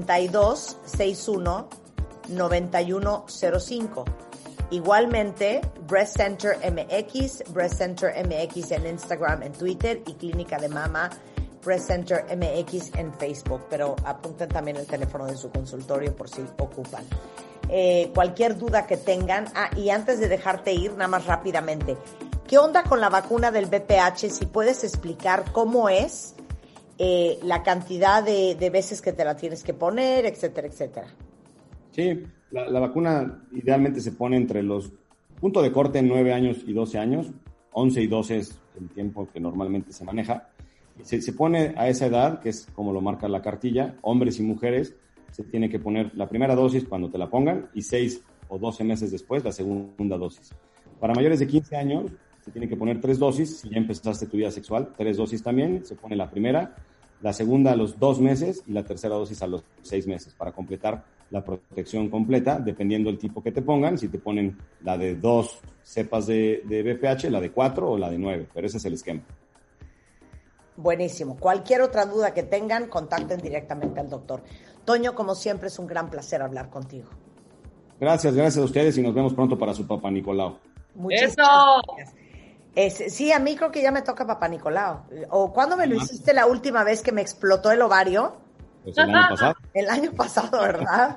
7261-9105. Igualmente, Breast Center MX en Instagram, en Twitter, y Clínica de Mama Breast Center MX en Facebook. Pero apunten también el teléfono de su consultorio por si ocupan. Cualquier duda que tengan. Y antes de dejarte ir, nada más rápidamente, ¿qué onda con la vacuna del VPH? Si puedes explicar cómo es, la cantidad de veces que te la tienes que poner, etcétera, etcétera. Sí, la vacuna idealmente se pone entre los puntos de corte 9 años y 12 años, 11 y 12 es el tiempo que normalmente se maneja. Se pone a esa edad, que es como lo marca la cartilla, hombres y mujeres, se tiene que poner la primera dosis cuando te la pongan y 6 o 12 meses después la segunda dosis. Para mayores de 15 años se tiene que poner 3 dosis, si ya empezaste tu vida sexual, 3 dosis también, se pone la primera, la segunda a los 2 meses y la tercera dosis a los 6 meses para completar la protección completa, dependiendo del tipo que te pongan, si te ponen la de 2 cepas de VPH, la de 4 o la de 9, pero ese es el esquema. Buenísimo. Cualquier otra duda que tengan, contacten directamente al doctor. Toño, como siempre, es un gran placer hablar contigo. Gracias a ustedes y nos vemos pronto para su Papá Nicolau. Muchísimas gracias. Sí, a mí creo que ya me toca Papá Nicolau. ¿O cuándo me lo hiciste la última vez que me explotó el ovario? Pues el año pasado. El año pasado, ¿verdad?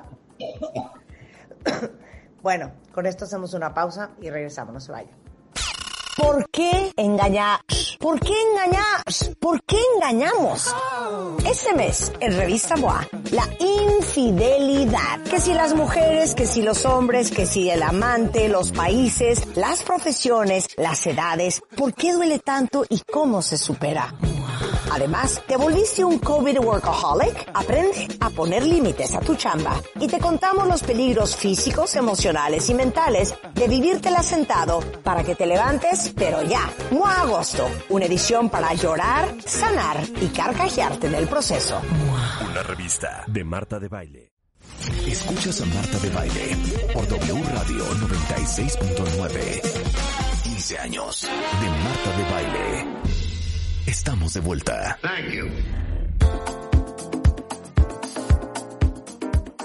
Bueno, con esto hacemos una pausa y regresamos, no se vayan. ¿Por qué engañar? ¿Por qué engañar? ¿Por qué engañamos? Este mes, en Revista MOA, la infidelidad. Que si las mujeres, que si los hombres, que si el amante, los países, las profesiones, las edades. ¿Por qué duele tanto y cómo se supera? Además, ¿te volviste un COVID workaholic? Aprende a poner límites a tu chamba y te contamos los peligros físicos, emocionales y mentales de vivírtela sentado para que te levantes, pero ya. MOA Agosto, una edición para llorar, sanar y carcajearte en el proceso. Una revista de Marta de Baile. Escuchas a Marta de Baile por W Radio 96.9. 15 años de Marta de Baile. Estamos de vuelta. Thank you.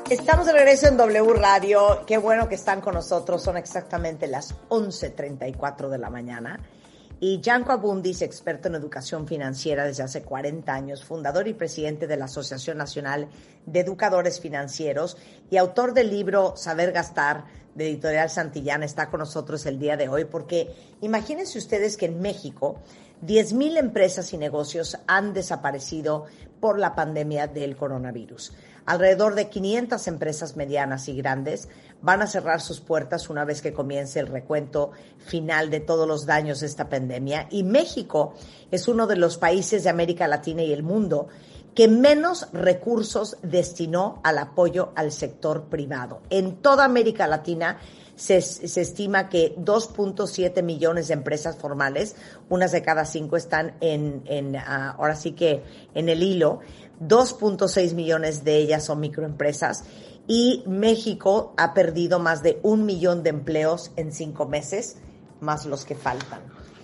Estamos de regreso en W Radio. Qué bueno que están con nosotros. Son exactamente las 11:34 de la mañana. Y Janco Abundis, experto en educación financiera desde hace 40 años, fundador y presidente de la Asociación Nacional de Educadores Financieros y autor del libro Saber Gastar, de Editorial Santillana, está con nosotros el día de hoy, porque imagínense ustedes que en México 10,000 empresas y negocios han desaparecido por la pandemia del coronavirus. Alrededor de 500 empresas medianas y grandes van a cerrar sus puertas una vez que comience el recuento final de todos los daños de esta pandemia. Y México es uno de los países de América Latina y el mundo que menos recursos destinó al apoyo al sector privado. En toda América Latina se estima que 2.7 millones de empresas formales, unas de cada 5 están ahora sí que en el hilo, 2.6 millones de ellas son microempresas y México ha perdido más de 1 millón de empleos en 5 meses, más los que faltan.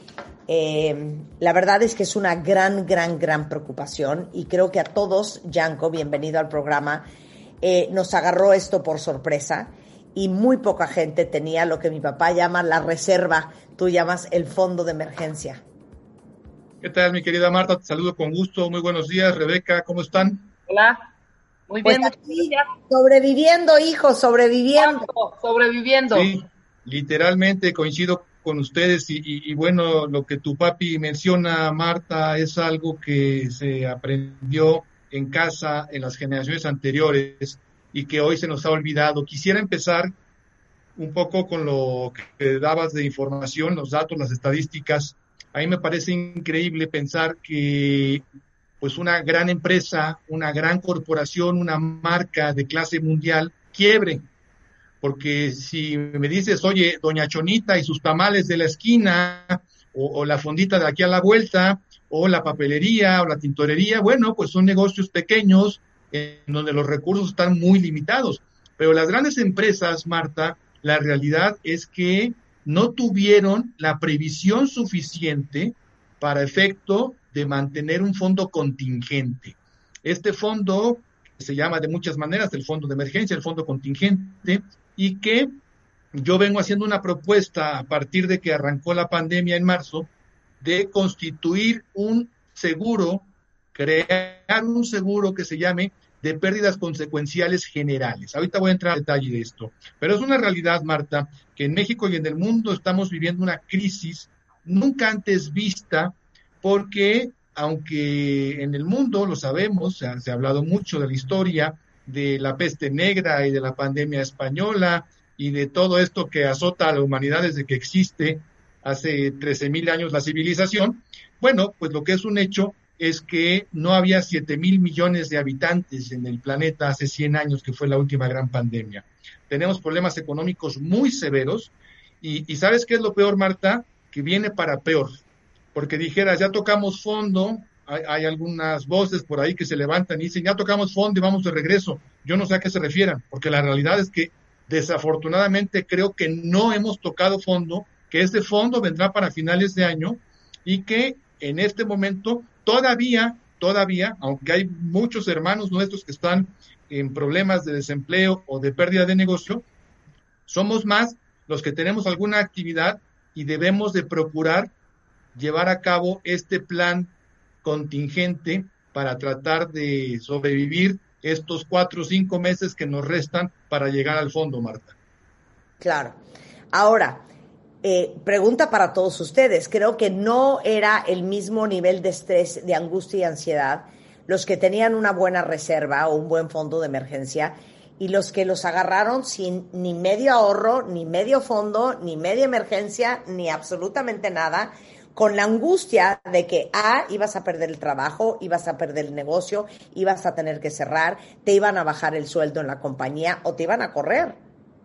La verdad es que es una gran preocupación y creo que a todos, Janco, bienvenido al programa, nos agarró esto por sorpresa y muy poca gente tenía lo que mi papá llama la reserva, tú llamas el fondo de emergencia. ¿Qué tal, mi querida Marta? Te saludo con gusto. Muy buenos días, Rebeca. ¿Cómo están? Hola. Muy bien. Pues aquí, sobreviviendo, hijo, sobreviviendo. Sobreviviendo. Sí, literalmente coincido con ustedes y bueno, lo que tu papi menciona, Marta, es algo que se aprendió en casa en las generaciones anteriores y que hoy se nos ha olvidado. Quisiera empezar un poco con lo que dabas de información, los datos, las estadísticas. A mí me parece increíble pensar que pues una gran empresa, una gran corporación, una marca de clase mundial quiebre. Porque si me dices, oye, doña Chonita y sus tamales de la esquina, o la fondita de aquí a la vuelta, o la papelería, o la tintorería, bueno, pues son negocios pequeños en donde los recursos están muy limitados. Pero las grandes empresas, Marta, la realidad es que no tuvieron la previsión suficiente para efecto de mantener un fondo contingente. Este fondo se llama de muchas maneras el fondo de emergencia, el fondo contingente, y que yo vengo haciendo una propuesta a partir de que arrancó la pandemia en marzo, de constituir un seguro, crear un seguro que se llame de pérdidas consecuenciales generales. Ahorita voy a entrar al detalle de esto, pero es una realidad, Marta, que en México y en el mundo estamos viviendo una crisis nunca antes vista, porque aunque en el mundo, lo sabemos, se ha hablado mucho de la historia de la peste negra y de la pandemia española y de todo esto que azota a la humanidad desde que existe hace 13,000 años la civilización, bueno, pues lo que es un hecho es que no había 7,000 millones de habitantes en el planeta hace 100 años, que fue la última gran pandemia. Tenemos problemas económicos muy severos y ¿sabes qué es lo peor, Marta? Que viene para peor, porque dijeras, ya tocamos fondo, hay algunas voces por ahí que se levantan y dicen, ya tocamos fondo y vamos de regreso. Yo no sé a qué se refieran, porque la realidad es que desafortunadamente creo que no hemos tocado fondo, que ese fondo vendrá para finales de año y que en este momento todavía, aunque hay muchos hermanos nuestros que están en problemas de desempleo o de pérdida de negocio, somos más los que tenemos alguna actividad y debemos de procurar llevar a cabo este plan contingente para tratar de sobrevivir estos 4 o 5 meses que nos restan para llegar al fondo, Marta. Claro. Ahora, pregunta para todos ustedes. Creo que no era el mismo nivel de estrés, de angustia y ansiedad los que tenían una buena reserva o un buen fondo de emergencia y los que los agarraron sin ni medio ahorro, ni medio fondo, ni media emergencia, ni absolutamente nada, con la angustia de que ibas a perder el trabajo, ibas a perder el negocio, ibas a tener que cerrar, te iban a bajar el sueldo en la compañía o te iban a correr.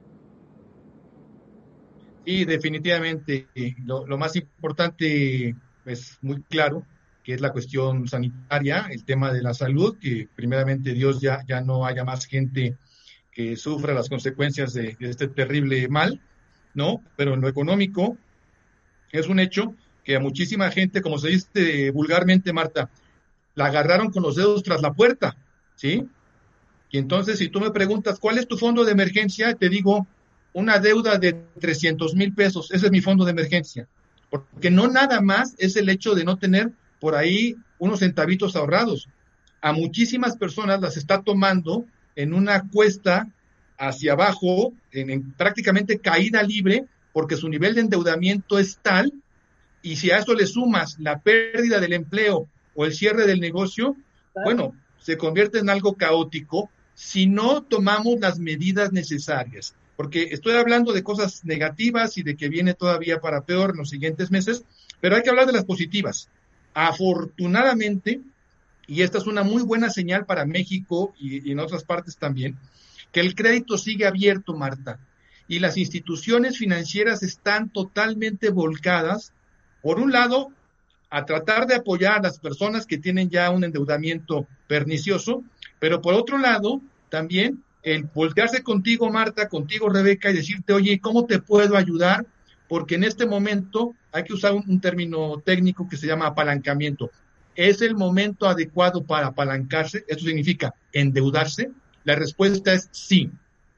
Sí, definitivamente. Lo más importante es muy claro, que es la cuestión sanitaria, el tema de la salud, que primeramente Dios ya no haya más gente que sufra las consecuencias de este terrible mal, ¿no? Pero en lo económico es un hecho que a muchísima gente, como se dice vulgarmente, Marta, la agarraron con los dedos tras la puerta, ¿sí? Y entonces, si tú me preguntas, ¿cuál es tu fondo de emergencia? Te digo, una deuda de 300,000 pesos. Ese es mi fondo de emergencia. Porque no nada más es el hecho de no tener por ahí unos centavitos ahorrados. A muchísimas personas las está tomando en una cuesta hacia abajo, en prácticamente caída libre, porque su nivel de endeudamiento es tal, y si a eso le sumas la pérdida del empleo o el cierre del negocio, bueno, se convierte en algo caótico si no tomamos las medidas necesarias. Porque estoy hablando de cosas negativas y de que viene todavía para peor en los siguientes meses, pero hay que hablar de las positivas. Afortunadamente, y esta es una muy buena señal para México y en otras partes también, que el crédito sigue abierto, Marta, y las instituciones financieras están totalmente volcadas, por un lado, a tratar de apoyar a las personas que tienen ya un endeudamiento pernicioso, pero por otro lado, también el voltearse contigo, Marta, contigo, Rebeca, y decirte, oye, ¿cómo te puedo ayudar? Porque en este momento hay que usar un término técnico que se llama apalancamiento. ¿Es el momento adecuado para apalancarse? Eso significa endeudarse. La respuesta es sí.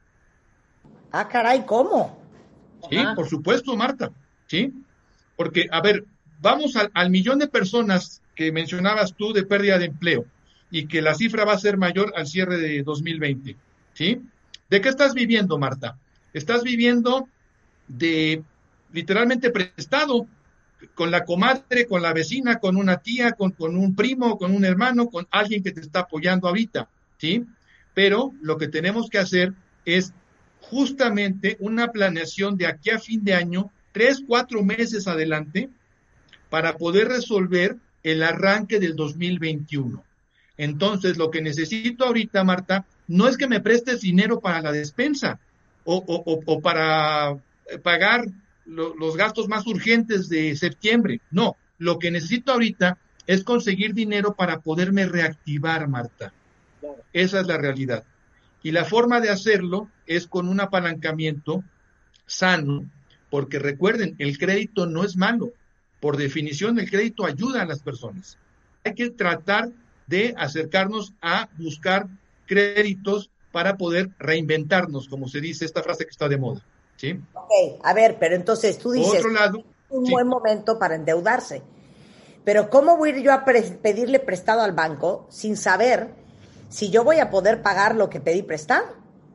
Ah, caray, ¿cómo? Sí, por supuesto, Marta. Sí, porque, a ver, vamos al millón de personas que mencionabas tú de pérdida de empleo y que la cifra va a ser mayor al cierre de 2020. ¿Sí? ¿De qué estás viviendo, Marta? Estás viviendo de literalmente prestado, con la comadre, con la vecina, con una tía, con un primo, con un hermano, con alguien que te está apoyando ahorita, ¿sí? Pero lo que tenemos que hacer es justamente una planeación de aquí a fin de año, 3, 4 meses adelante, para poder resolver el arranque del 2021. Entonces, lo que necesito ahorita, Marta, no es que me prestes dinero para la despensa o para pagar los gastos más urgentes de septiembre. No, lo que necesito ahorita es conseguir dinero para poderme reactivar, Marta. Esa es la realidad. Y la forma de hacerlo es con un apalancamiento sano, porque recuerden, el crédito no es malo. Por definición, el crédito ayuda a las personas. Hay que tratar de acercarnos a buscar créditos para poder reinventarnos, como se dice esta frase que está de moda. ¿Sí? Ok, a ver, pero entonces tú dices, otro lado, es un sí, buen momento para endeudarse. Pero ¿cómo voy a ir yo a pedirle prestado al banco sin saber si yo voy a poder pagar lo que pedí prestado?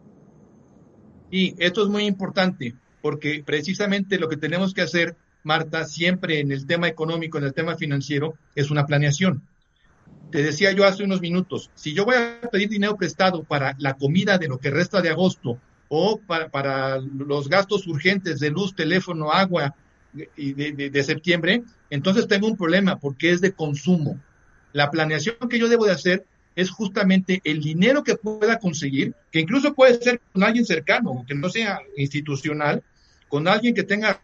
Y esto es muy importante, porque precisamente lo que tenemos que hacer, Marta, siempre en el tema económico, en el tema financiero, es una planeación. Te decía yo hace unos minutos, si yo voy a pedir dinero prestado para la comida de lo que resta de agosto o para los gastos urgentes de luz, teléfono, agua y de septiembre, entonces tengo un problema porque es de consumo. La planeación que yo debo de hacer es justamente el dinero que pueda conseguir, que incluso puede ser con alguien cercano, que no sea institucional, con alguien que tenga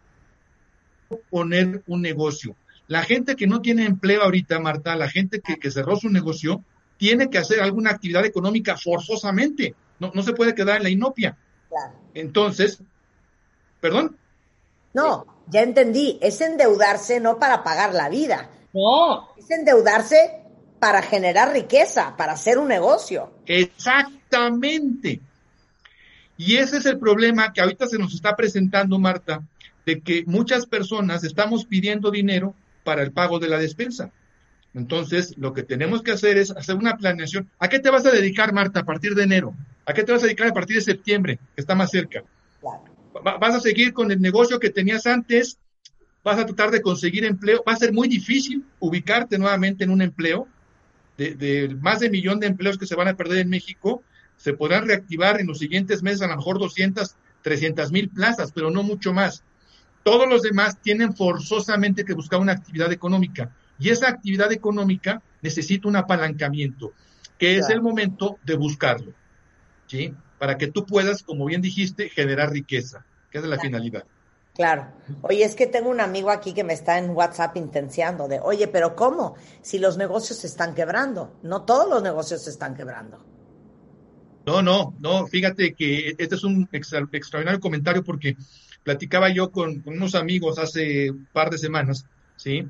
poner un negocio. La gente que no tiene empleo ahorita, Marta, la gente que cerró su negocio, tiene que hacer alguna actividad económica forzosamente. No se puede quedar en la inopia. Claro. Entonces, ¿perdón? No, ya entendí. Es endeudarse no para pagar la vida. No. Es endeudarse para generar riqueza, para hacer un negocio. Exactamente. Y ese es el problema que ahorita se nos está presentando, Marta, de que muchas personas estamos pidiendo dinero para el pago de la despensa. Entonces, lo que tenemos que hacer es hacer una planeación. ¿A qué te vas a dedicar, Marta, a partir de enero? ¿A qué te vas a dedicar a partir de septiembre, que está más cerca? Claro. ¿Vas a seguir con el negocio que tenías antes? ¿Vas a tratar de conseguir empleo? Va a ser muy difícil ubicarte nuevamente en un empleo. De más de 1 millón de empleos que se van a perder en México, se podrán reactivar en los siguientes meses a lo mejor 200, 300,000 plazas, pero no mucho más. Todos los demás tienen forzosamente que buscar una actividad económica. Y esa actividad económica necesita un apalancamiento, que es el momento de buscarlo, ¿sí? Para que tú puedas, como bien dijiste, generar riqueza, que es la finalidad. Claro. Oye, es que tengo un amigo aquí que me está en WhatsApp intenciando de, oye, pero ¿cómo? Si los negocios se están quebrando. No todos los negocios se están quebrando. No, fíjate que este es un extraordinario comentario porque platicaba yo con unos amigos hace un par de semanas, ¿sí?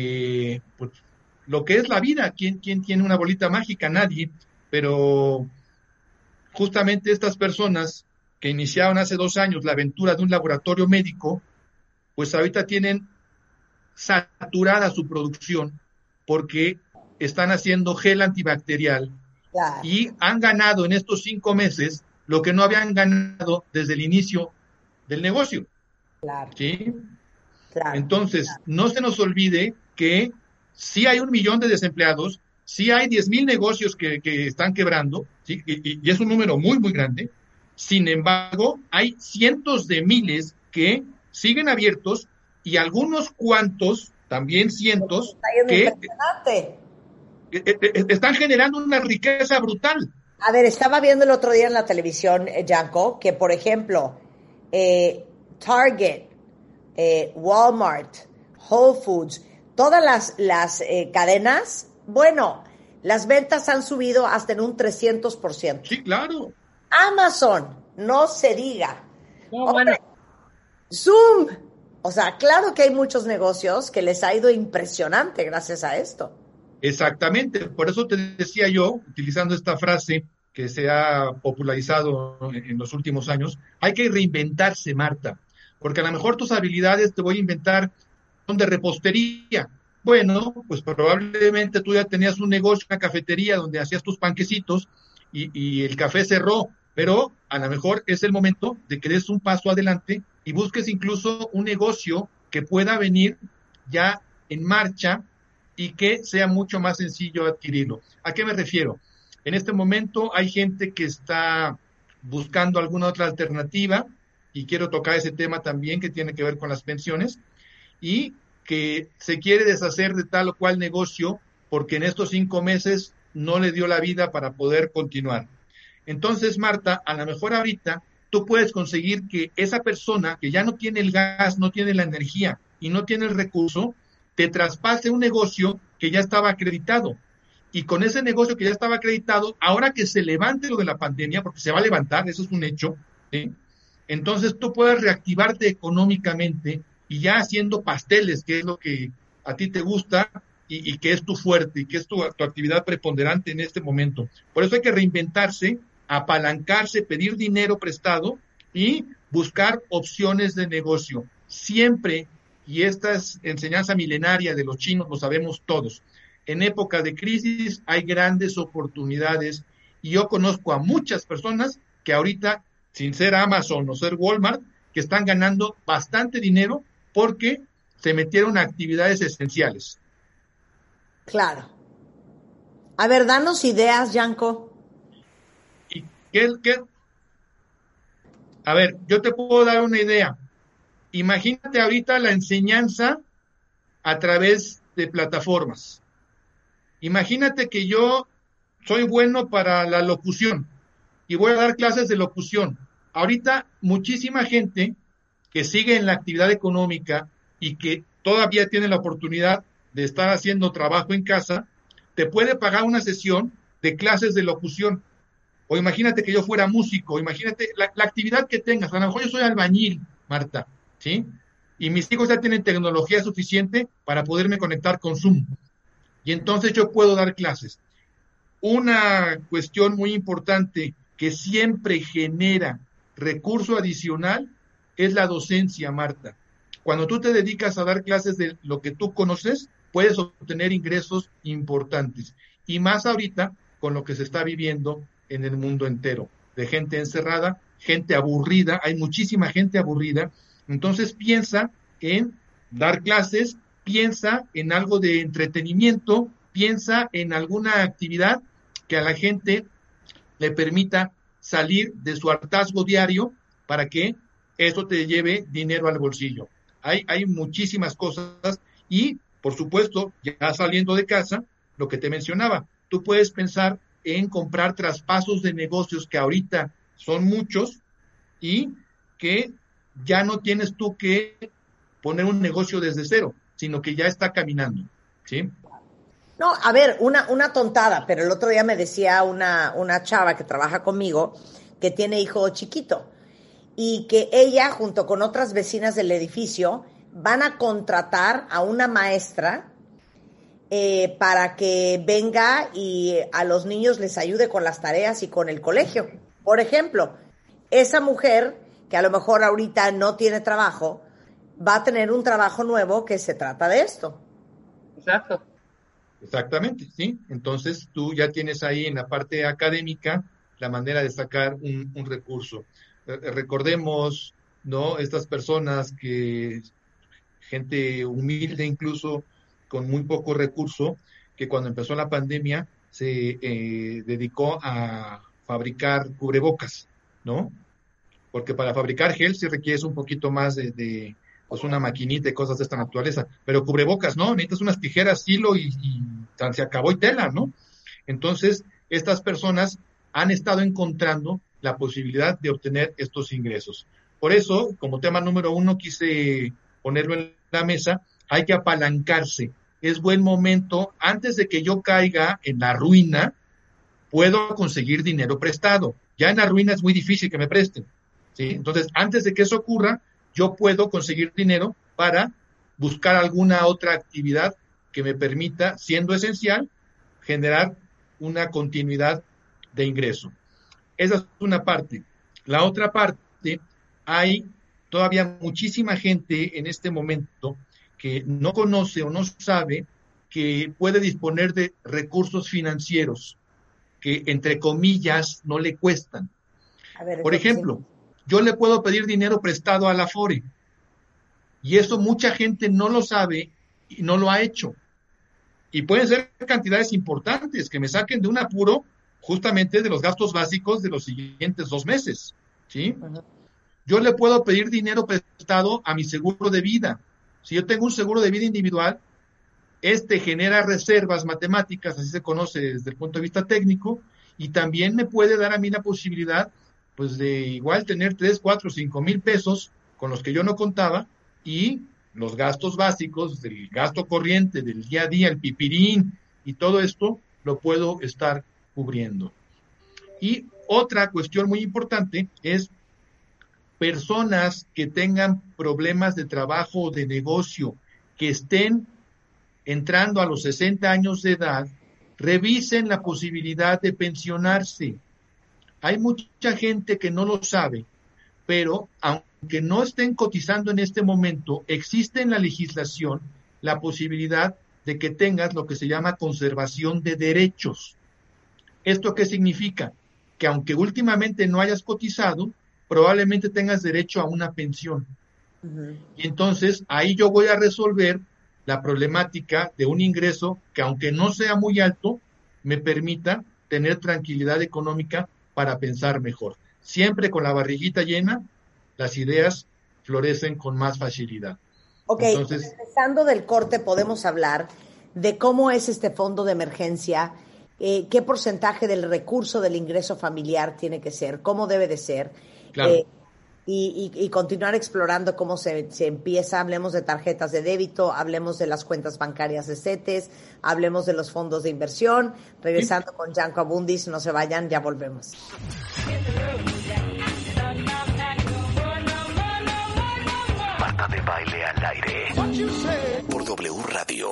Pues, lo que es la vida. ¿Quién tiene una bolita mágica? Nadie. Pero justamente estas personas que iniciaron hace 2 años la aventura de un laboratorio médico, pues ahorita tienen saturada su producción porque están haciendo gel antibacterial Claro. y han ganado en estos 5 meses lo que no habían ganado desde el inicio del negocio. Claro, ¿Sí? claro. Entonces, no se nos olvide que sí hay 1 millón de desempleados, sí hay 10,000 negocios que están quebrando, ¿sí? Y es un número muy, muy grande. Sin embargo, hay cientos de miles que siguen abiertos y algunos cuantos, también cientos, Está yendo que impresionante. están generando una riqueza brutal. A ver, estaba viendo el otro día en la televisión, Janko, que por ejemplo, Target, Walmart, Whole Foods, todas las cadenas, bueno, las ventas han subido hasta en un 300%. Sí, claro. Amazon, no se diga. No, Hombre, bueno, Zoom. O sea, claro que hay muchos negocios que les ha ido impresionante gracias a esto. Exactamente, por eso te decía yo, utilizando esta frase que se ha popularizado en los últimos años, hay que reinventarse, Marta, porque a lo mejor tus habilidades, te voy a inventar, son de repostería. Bueno, pues probablemente tú ya tenías un negocio, una cafetería donde hacías tus panquecitos y el café cerró, pero a lo mejor es el momento de que des un paso adelante y busques incluso un negocio que pueda venir ya en marcha y que sea mucho más sencillo adquirirlo. ¿A qué me refiero? En este momento hay gente que está buscando alguna otra alternativa y quiero tocar ese tema también que tiene que ver con las pensiones y que se quiere deshacer de tal o cual negocio porque en estos 5 meses no le dio la vida para poder continuar. Entonces, Marta, a lo mejor ahorita tú puedes conseguir que esa persona que ya no tiene el gas, no tiene la energía y no tiene el recurso, te traspase un negocio que ya estaba acreditado. Y con ese negocio que ya estaba acreditado, ahora que se levante lo de la pandemia, porque se va a levantar, eso es un hecho, ¿sí? Entonces tú puedes reactivarte económicamente y ya haciendo pasteles, que es lo que a ti te gusta y que es tu fuerte y que es tu actividad preponderante en este momento. Por eso hay que reinventarse, apalancarse, pedir dinero prestado y buscar opciones de negocio. Siempre, y esta es enseñanza milenaria de los chinos, lo sabemos todos, en época de crisis hay grandes oportunidades y yo conozco a muchas personas que ahorita, sin ser Amazon o ser Walmart, que están ganando bastante dinero porque se metieron a actividades esenciales. Claro. A ver, danos ideas, Janko. ¿Y qué? A ver, yo te puedo dar una idea. Imagínate ahorita la enseñanza a través de plataformas. Imagínate que yo soy bueno para la locución y voy a dar clases de locución. Ahorita muchísima gente que sigue en la actividad económica y que todavía tiene la oportunidad de estar haciendo trabajo en casa, te puede pagar una sesión de clases de locución. O imagínate que yo fuera músico, imagínate la actividad que tengas. A lo mejor yo soy albañil, Marta, ¿sí? Y mis hijos ya tienen tecnología suficiente para poderme conectar con Zoom. Y entonces yo puedo dar clases. Una cuestión muy importante que siempre genera recurso adicional es la docencia, Marta. Cuando tú te dedicas a dar clases de lo que tú conoces, puedes obtener ingresos importantes. Y más ahorita con lo que se está viviendo en el mundo entero, de gente encerrada, gente aburrida, hay muchísima gente aburrida. Entonces piensa en dar clases, piensa en algo de entretenimiento, piensa en alguna actividad que a la gente le permita salir de su hartazgo diario para que eso te lleve dinero al bolsillo. Hay muchísimas cosas y, por supuesto, ya saliendo de casa, lo que te mencionaba, tú puedes pensar en comprar traspasos de negocios que ahorita son muchos y que ya no tienes tú que poner un negocio desde cero, sino que ya está caminando, ¿sí? No, a ver, una tontada, pero el otro día me decía una chava que trabaja conmigo que tiene hijo chiquito y que ella, junto con otras vecinas del edificio, van a contratar a una maestra para que venga y a los niños les ayude con las tareas y con el colegio. Por ejemplo, esa mujer que a lo mejor ahorita no tiene trabajo, va a tener un trabajo nuevo que se trata de esto. Exacto. Exactamente, ¿sí? Entonces tú ya tienes ahí en la parte académica la manera de sacar un recurso. Recordemos, ¿no? Estas personas gente humilde incluso, con muy poco recurso, que cuando empezó la pandemia se dedicó a fabricar cubrebocas, ¿no? Porque para fabricar gel sí requieres un poquito más pues una maquinita y cosas de esta naturaleza, pero cubrebocas no, necesitas unas tijeras, hilo y se acabó y tela, ¿no? Entonces, estas personas han estado encontrando la posibilidad de obtener estos ingresos. Por eso, como tema número 1, quise ponerlo en la mesa, hay que apalancarse. Es buen momento, antes de que yo caiga en la ruina, puedo conseguir dinero prestado. Ya en la ruina es muy difícil que me presten, ¿sí? Entonces, antes de que eso ocurra, yo puedo conseguir dinero para buscar alguna otra actividad que me permita, siendo esencial, generar una continuidad de ingreso. Esa es una parte. La otra parte, hay todavía muchísima gente en este momento que no conoce o no sabe que puede disponer de recursos financieros que, entre comillas, no le cuestan. Por ejemplo, yo le puedo pedir dinero prestado a la Afore, y eso mucha gente no lo sabe y no lo ha hecho. Y pueden ser cantidades importantes que me saquen de un apuro justamente de los gastos básicos de los siguientes 2 meses, ¿sí? Uh-huh. Yo le puedo pedir dinero prestado a mi seguro de vida. Si yo tengo un seguro de vida individual, genera reservas matemáticas, así se conoce desde el punto de vista técnico, y también me puede dar a mí la posibilidad, pues, de igual tener 3, 4, 5 mil pesos con los que yo no contaba, y los gastos básicos, del gasto corriente, del día a día, el pipirín, y todo esto lo puedo estar cubriendo. Y otra cuestión muy importante es personas que tengan problemas de trabajo o de negocio, que estén entrando a los 60 años de edad, revisen la posibilidad de pensionarse. Hay mucha gente que no lo sabe, pero aunque no estén cotizando en este momento, existe en la legislación la posibilidad de que tengas lo que se llama conservación de derechos. ¿Esto qué significa? Que aunque últimamente no hayas cotizado, probablemente tengas derecho a una pensión. Uh-huh. Y entonces ahí yo voy a resolver la problemática de un ingreso que, aunque no sea muy alto, me permita tener tranquilidad económica para pensar mejor. Siempre con la barriguita llena, las ideas florecen con más facilidad. Ok, entonces, regresando del corte, podemos hablar de cómo es este fondo de emergencia, qué porcentaje del recurso del ingreso familiar tiene que ser, cómo debe de ser. Claro. Y continuar explorando cómo se empieza. Hablemos de tarjetas de débito, hablemos de las cuentas bancarias de CETES, hablemos de los fondos de inversión. Regresando con Gianco Abundis, no se vayan, ya volvemos. Marta de Baile al aire por W Radio.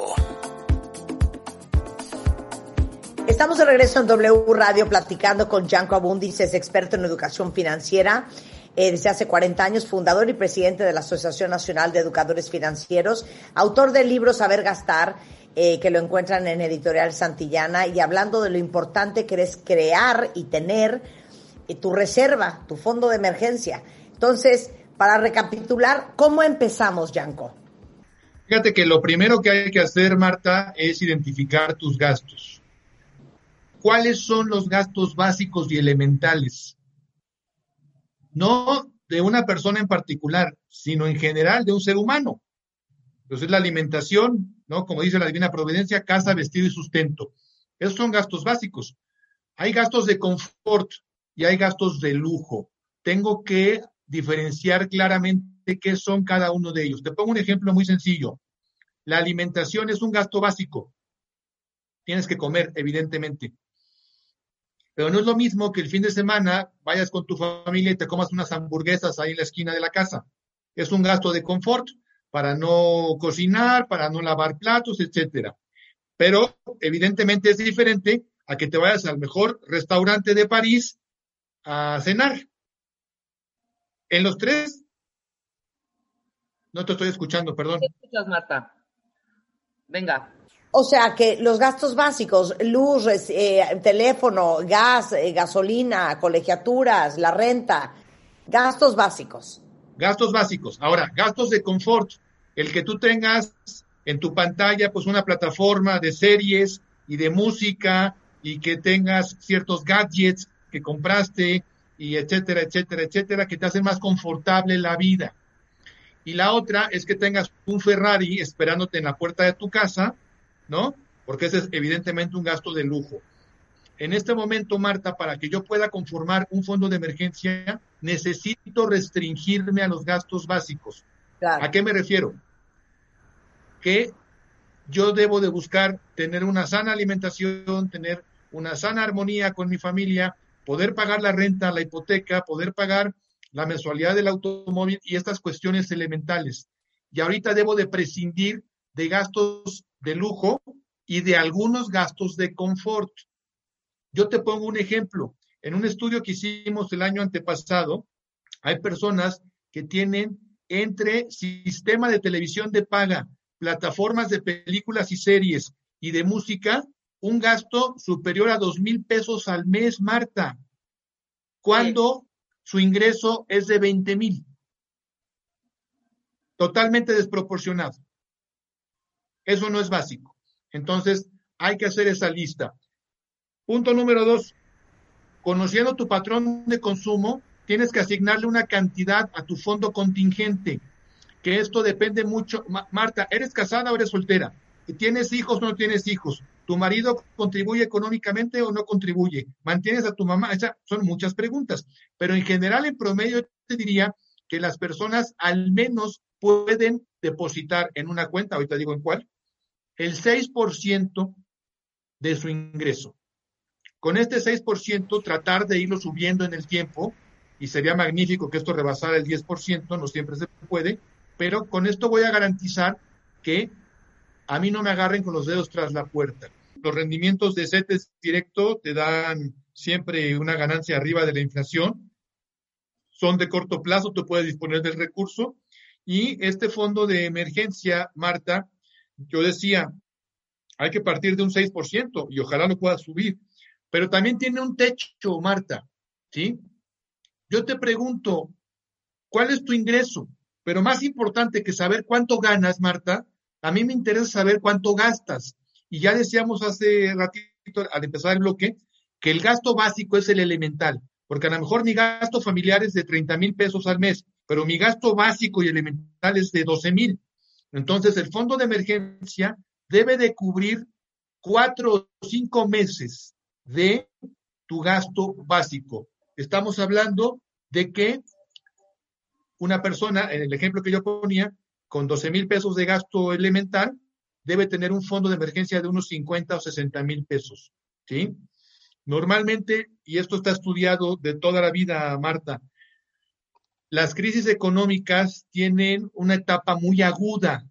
Estamos de regreso en W Radio platicando con Gianco Abundis, es experto en educación financiera. Desde hace 40 años, fundador y presidente de la Asociación Nacional de Educadores Financieros, autor del libro Saber Gastar, que lo encuentran en Editorial Santillana, y hablando de lo importante que es crear y tener tu reserva, tu fondo de emergencia. Entonces, para recapitular, ¿cómo empezamos, Gianco? Fíjate que lo primero que hay que hacer, Marta, es identificar tus gastos. ¿Cuáles son los gastos básicos y elementales? No de una persona en particular, sino en general de un ser humano. Entonces, la alimentación, ¿no? Como dice la Divina Providencia, casa, vestido y sustento. Esos son gastos básicos. Hay gastos de confort y hay gastos de lujo. Tengo que diferenciar claramente qué son cada uno de ellos. Te pongo un ejemplo muy sencillo. La alimentación es un gasto básico. Tienes que comer, evidentemente. Pero no es lo mismo que el fin de semana vayas con tu familia y te comas unas hamburguesas ahí en la esquina de la casa. Es un gasto de confort para no cocinar, para no lavar platos, etcétera. Pero evidentemente es diferente a que te vayas al mejor restaurante de París a cenar. En los tres, no te estoy escuchando, perdón. ¿Qué escuchas, Marta? Venga. O sea que los gastos básicos, luz, teléfono, gas, gasolina, colegiaturas, la renta, gastos básicos. Gastos básicos. Ahora, gastos de confort. El que tú tengas en tu pantalla, pues una plataforma de series y de música y que tengas ciertos gadgets que compraste y etcétera, etcétera, etcétera, que te hacen más confortable la vida. Y la otra es que tengas un Ferrari esperándote en la puerta de tu casa, ¿no? Porque ese es evidentemente un gasto de lujo. En este momento, Marta, para que yo pueda conformar un fondo de emergencia, necesito restringirme a los gastos básicos. Claro. ¿A qué me refiero? Que yo debo de buscar tener una sana alimentación, tener una sana armonía con mi familia, poder pagar la renta, la hipoteca, poder pagar la mensualidad del automóvil y estas cuestiones elementales. Y ahorita debo de prescindir de gastos de lujo y de algunos gastos de confort. Yo te pongo un ejemplo. En un estudio que hicimos el año antepasado, hay personas que tienen entre sistema de televisión de paga, plataformas de películas y series y de música, un gasto superior a 2,000 pesos al mes, Marta, cuando su ingreso es de 20,000. Totalmente desproporcionado. Eso no es básico. Entonces, hay que hacer esa lista. Punto número 2. Conociendo tu patrón de consumo, tienes que asignarle una cantidad a tu fondo contingente, que esto depende mucho. Marta, ¿eres casada o eres soltera? ¿Tienes hijos o no tienes hijos? ¿Tu marido contribuye económicamente o no contribuye? ¿Mantienes a tu mamá? Esas son muchas preguntas. Pero en general, en promedio, te diría que las personas al menos pueden depositar en una cuenta, ahorita digo en cuál, el 6% de su ingreso. Con este 6%, tratar de irlo subiendo en el tiempo, y sería magnífico que esto rebasara el 10%, no siempre se puede, pero con esto voy a garantizar que a mí no me agarren con los dedos tras la puerta. Los rendimientos de CETES directo te dan siempre una ganancia arriba de la inflación, son de corto plazo, tú puedes disponer del recurso, y este fondo de emergencia, Marta, yo decía, hay que partir de un 6%, y ojalá lo pueda subir, pero también tiene un techo, Marta, ¿sí? Yo te pregunto, ¿cuál es tu ingreso? Pero más importante que saber cuánto ganas, Marta, a mí me interesa saber cuánto gastas. Y ya decíamos hace ratito, al empezar el bloque, que el gasto básico es el elemental, porque a lo mejor mi gasto familiar es de 30,000 pesos al mes, pero mi gasto básico y elemental es de 12,000. Entonces, el fondo de emergencia debe de cubrir 4 o 5 meses de tu gasto básico. Estamos hablando de que una persona, en el ejemplo que yo ponía, con 12,000 pesos de gasto elemental, debe tener un fondo de emergencia de unos 50 o 60,000 pesos, ¿sí? Normalmente, y esto está estudiado de toda la vida, Marta, las crisis económicas tienen una etapa muy aguda.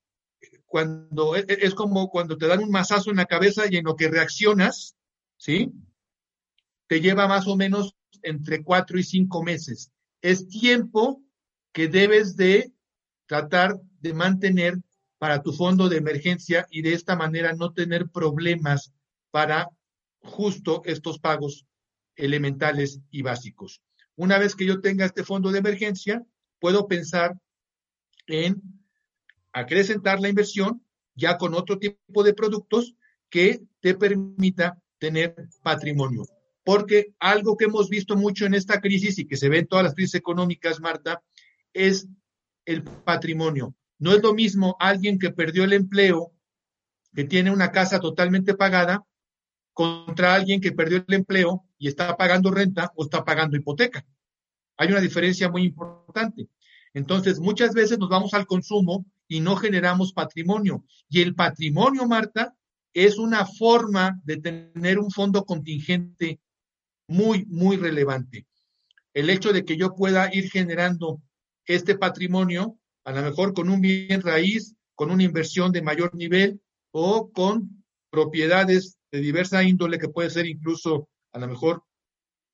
Cuando es como cuando te dan un mazazo en la cabeza y en lo que reaccionas, ¿sí? Te lleva más o menos entre 4 y 5 meses. Es tiempo que debes de tratar de mantener para tu fondo de emergencia y de esta manera no tener problemas para justo estos pagos elementales y básicos. Una vez que yo tenga este fondo de emergencia, puedo pensar en acrecentar la inversión ya con otro tipo de productos que te permita tener patrimonio. Porque algo que hemos visto mucho en esta crisis y que se ve en todas las crisis económicas, Marta, es el patrimonio. No es lo mismo alguien que perdió el empleo, que tiene una casa totalmente pagada, contra alguien que perdió el empleo y está pagando renta o está pagando hipoteca. Hay una diferencia muy importante. Entonces, muchas veces nos vamos al consumo y no generamos patrimonio. Y el patrimonio, Marta, es una forma de tener un fondo contingente muy, muy relevante. El hecho de que yo pueda ir generando este patrimonio, a lo mejor con un bien raíz, con una inversión de mayor nivel o con propiedades de diversa índole que puede ser incluso a lo mejor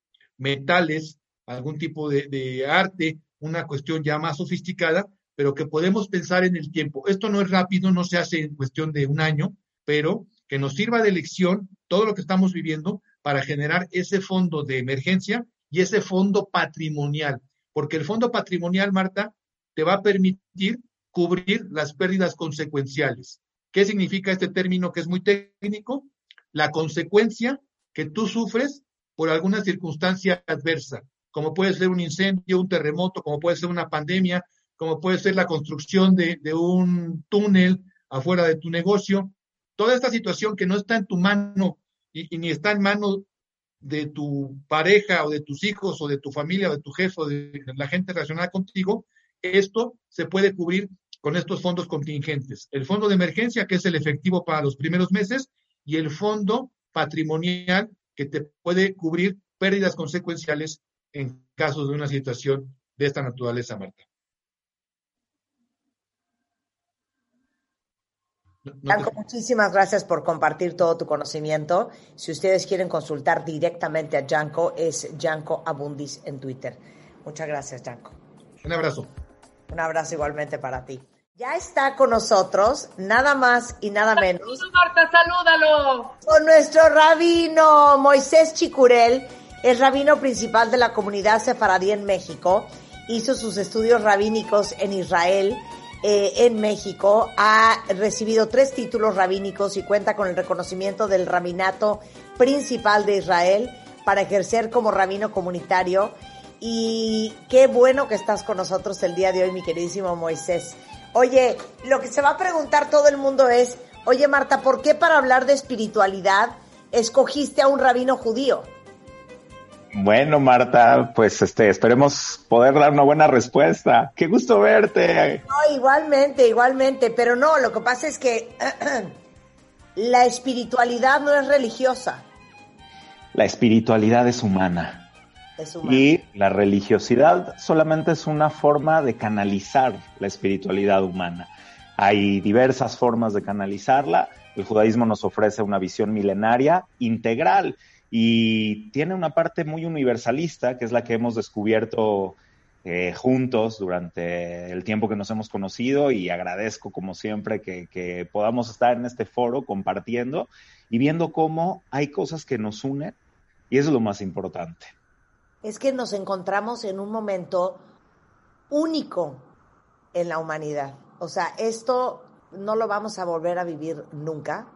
metales, algún tipo de arte, una cuestión ya más sofisticada, pero que podemos pensar en el tiempo. Esto no es rápido, no se hace en cuestión de un año, pero que nos sirva de lección todo lo que estamos viviendo para generar ese fondo de emergencia y ese fondo patrimonial. Porque el fondo patrimonial, Marta, te va a permitir cubrir las pérdidas consecuenciales. ¿Qué significa este término que es muy técnico? La consecuencia que tú sufres por alguna circunstancia adversa, como puede ser un incendio, un terremoto, como puede ser una pandemia, como puede ser la construcción de un túnel afuera de tu negocio. Toda esta situación que no está en tu mano y ni está en manos de tu pareja o de tus hijos o de tu familia o de tu jefe o de la gente relacionada contigo, esto se puede cubrir con estos fondos contingentes. El fondo de emergencia, que es el efectivo para los primeros meses, y el fondo patrimonial, que te puede cubrir pérdidas consecuenciales en caso de una situación de esta naturaleza, Marta. Janko, muchísimas gracias por compartir todo tu conocimiento. Si ustedes quieren consultar directamente a Janko, es Janko Abundis en Twitter. Muchas gracias, Janko. Un abrazo. Un abrazo igualmente para ti. Ya está con nosotros, nada más y nada menos. Marta, salúdalo. Con nuestro rabino Moisés Chicurel, el rabino principal de la comunidad sefaradí en México. Hizo sus estudios rabínicos en Israel, en México. Ha recibido 3 títulos rabínicos y cuenta con el reconocimiento del rabinato principal de Israel para ejercer como rabino comunitario. Y qué bueno que estás con nosotros el día de hoy, mi queridísimo Moisés. Oye, lo que se va a preguntar todo el mundo es, oye Marta, ¿por qué para hablar de espiritualidad escogiste a un rabino judío? Bueno, Marta, pues esperemos poder dar una buena respuesta. ¡Qué gusto verte! No, igualmente, pero no, lo que pasa es que la espiritualidad no es religiosa. La espiritualidad es humana. Y la religiosidad solamente es una forma de canalizar la espiritualidad humana. Hay diversas formas de canalizarla. El judaísmo nos ofrece una visión milenaria, integral, y tiene una parte muy universalista, que es la que hemos descubierto juntos durante el tiempo que nos hemos conocido, y agradezco como siempre que podamos estar en este foro compartiendo y viendo cómo hay cosas que nos unen, y eso es lo más importante. Es que nos encontramos en un momento único en la humanidad. O sea, esto no lo vamos a volver a vivir nunca.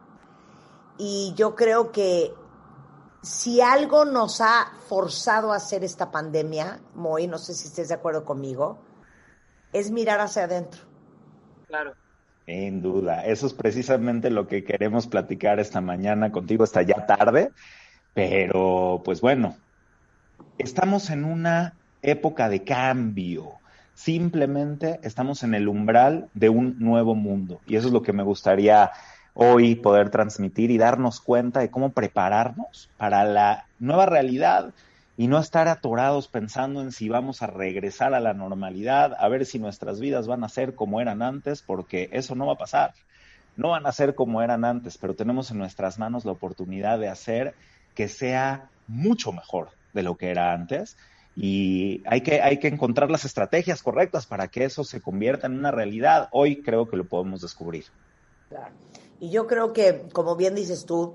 Y yo creo que si algo nos ha forzado a hacer esta pandemia, Moy, no sé si estés de acuerdo conmigo, es mirar hacia adentro. Claro. Sin duda. Eso es precisamente lo que queremos platicar esta mañana contigo, hasta ya tarde. Pero, pues bueno, estamos en una época de cambio. Simplemente estamos en el umbral de un nuevo mundo. Y eso es lo que me gustaría hoy poder transmitir y darnos cuenta de cómo prepararnos para la nueva realidad y no estar atorados pensando en si vamos a regresar a la normalidad, a ver si nuestras vidas van a ser como eran antes, porque eso no va a pasar. No van a ser como eran antes, pero tenemos en nuestras manos la oportunidad de hacer que sea mucho mejor de lo que era antes, y hay que encontrar las estrategias correctas para que eso se convierta en una realidad. Hoy creo que lo podemos descubrir. Claro. Y yo creo que, como bien dices tú,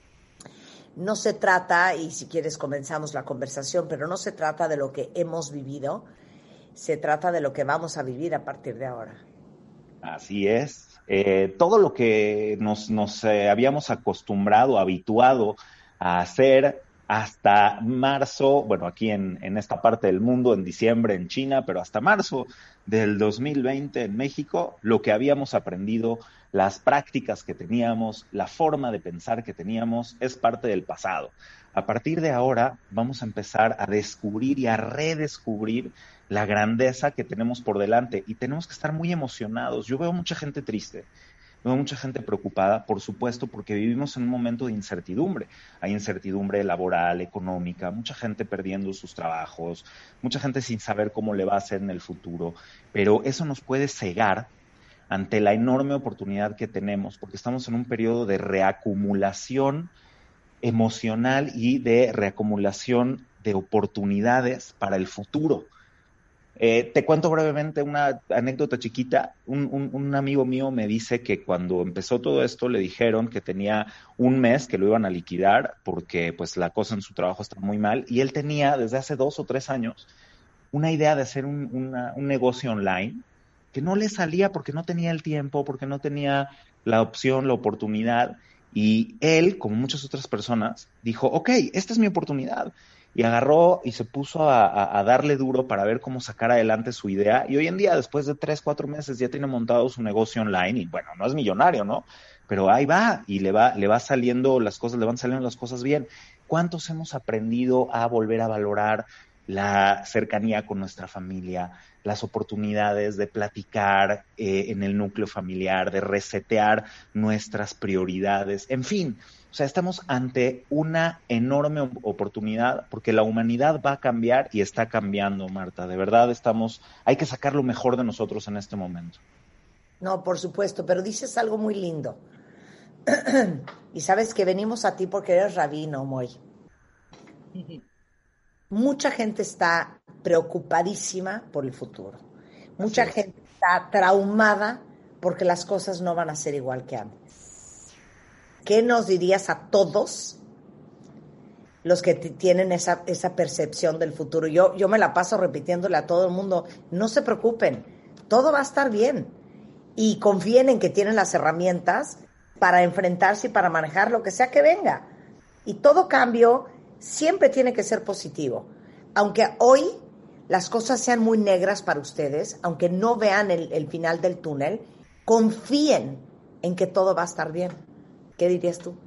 no se trata, y si quieres comenzamos la conversación, pero no se trata de lo que hemos vivido, se trata de lo que vamos a vivir a partir de ahora. Así es. Todo lo que nos habíamos acostumbrado, habituado a hacer hasta marzo, bueno, aquí en esta parte del mundo, en diciembre en China, pero hasta marzo del 2020 en México, lo que habíamos aprendido, las prácticas que teníamos, la forma de pensar que teníamos, es parte del pasado. A partir de ahora vamos a empezar a descubrir y a redescubrir la grandeza que tenemos por delante, y tenemos que estar muy emocionados. Yo veo mucha gente triste, veo mucha gente preocupada, por supuesto, porque vivimos en un momento de incertidumbre. Hay incertidumbre laboral, económica, mucha gente perdiendo sus trabajos, mucha gente sin saber cómo le va a hacer en el futuro, pero eso nos puede cegar ante la enorme oportunidad que tenemos, porque estamos en un periodo de reacumulación emocional y de reacumulación de oportunidades para el futuro. Te cuento brevemente una anécdota chiquita. Un amigo mío me dice que cuando empezó todo esto le dijeron que tenía un mes que lo iban a liquidar porque pues la cosa en su trabajo estaba muy mal, y él tenía desde hace 2 o 3 años una idea de hacer un negocio online que no le salía porque no tenía el tiempo, porque no tenía la opción, la oportunidad, y él, como muchas otras personas, dijo, ok, esta es mi oportunidad. Y agarró y se puso a darle duro para ver cómo sacar adelante su idea. Y hoy en día, después de 3, 4 meses, ya tiene montado su negocio online. Y bueno, no es millonario, ¿no? Pero ahí va, y le van saliendo las cosas bien. ¿Cuántos hemos aprendido a volver a valorar la cercanía con nuestra familia, las oportunidades de platicar en el núcleo familiar, de resetear nuestras prioridades? En fin, o sea, estamos ante una enorme oportunidad porque la humanidad va a cambiar y está cambiando, Marta. De verdad hay que sacar lo mejor de nosotros en este momento. No, por supuesto, pero dices algo muy lindo. Y sabes que venimos a ti porque eres rabino, Moy. Mucha gente está preocupadísima por el futuro. Mucha gente está traumada porque las cosas no van a ser igual que antes. ¿Qué nos dirías a todos los que tienen esa percepción del futuro? Yo me la paso repitiéndole a todo el mundo, no se preocupen, todo va a estar bien. Y confíen en que tienen las herramientas para enfrentarse y para manejar lo que sea que venga. Y todo cambio siempre tiene que ser positivo. Aunque hoy las cosas sean muy negras para ustedes, aunque no vean el final del túnel, confíen en que todo va a estar bien. ¿Qué dirías tú?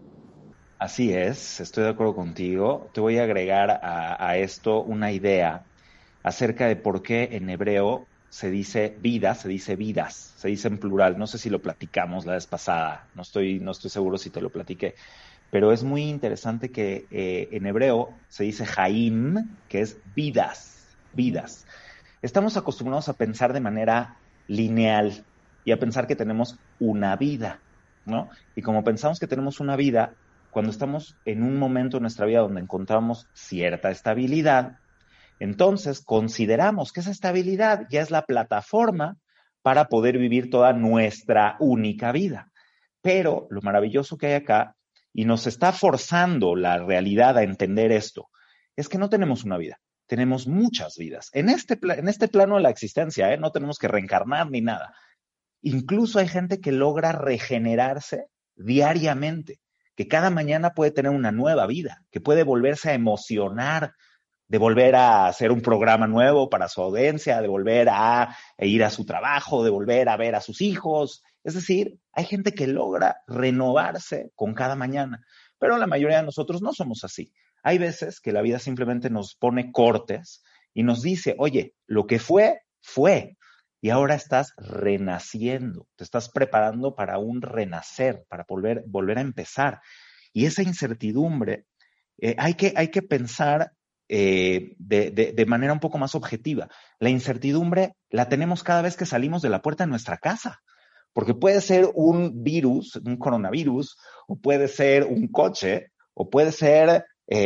Así es, estoy de acuerdo contigo. Te voy a agregar a esto una idea acerca de por qué en hebreo se dice vida, se dice vidas, se dice en plural. No sé si lo platicamos la vez pasada, no estoy seguro si te lo platiqué, pero es muy interesante que en hebreo se dice Jaim, que es vidas, vidas. Estamos acostumbrados a pensar de manera lineal y a pensar que tenemos una vida, ¿no? Y como pensamos que tenemos una vida, cuando estamos en un momento en nuestra vida donde encontramos cierta estabilidad, entonces consideramos que esa estabilidad ya es la plataforma para poder vivir toda nuestra única vida. Pero lo maravilloso que hay acá, y nos está forzando la realidad a entender esto, es que no tenemos una vida, tenemos muchas vidas. En este plano de la existencia, no tenemos que reencarnar ni nada. Incluso hay gente que logra regenerarse diariamente, que cada mañana puede tener una nueva vida, que puede volverse a emocionar de volver a hacer un programa nuevo para su audiencia, de volver a ir a su trabajo, de volver a ver a sus hijos. Es decir, hay gente que logra renovarse con cada mañana, pero la mayoría de nosotros no somos así. Hay veces que la vida simplemente nos pone cortes y nos dice, oye, lo que fue, fue, y ahora estás renaciendo, te estás preparando para un renacer, para volver a empezar. Y esa incertidumbre hay que pensar de manera un poco más objetiva. La incertidumbre la tenemos cada vez que salimos de la puerta de nuestra casa, porque puede ser un virus, un coronavirus, o puede ser un coche, o puede ser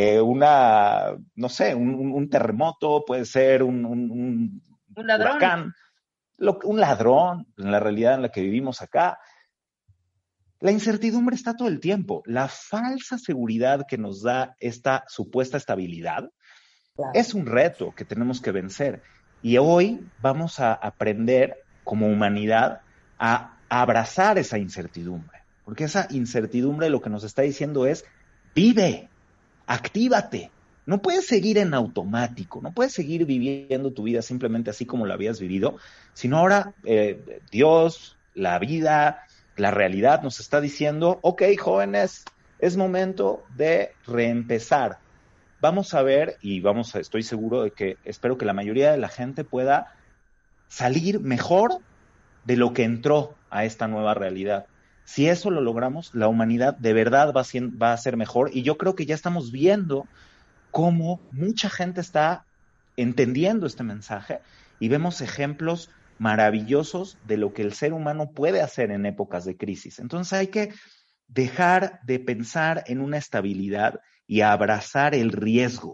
un terremoto, puede ser un huracán, un ladrón, en la realidad en la que vivimos acá. La incertidumbre está todo el tiempo. La falsa seguridad que nos da esta supuesta estabilidad es un reto que tenemos que vencer. Y hoy vamos a aprender como humanidad a abrazar esa incertidumbre. Porque esa incertidumbre lo que nos está diciendo es, vive, actívate. No puedes seguir en automático, no puedes seguir viviendo tu vida simplemente así como la habías vivido, sino ahora Dios, la vida, la realidad nos está diciendo, ok, jóvenes, es momento de reempezar. Vamos a ver estoy seguro de que espero que la mayoría de la gente pueda salir mejor de lo que entró a esta nueva realidad. Si eso lo logramos, la humanidad de verdad va a ser mejor, y yo creo que ya estamos viendo cómo mucha gente está entendiendo este mensaje y vemos ejemplos maravillosos de lo que el ser humano puede hacer en épocas de crisis. Entonces hay que dejar de pensar en una estabilidad y abrazar el riesgo,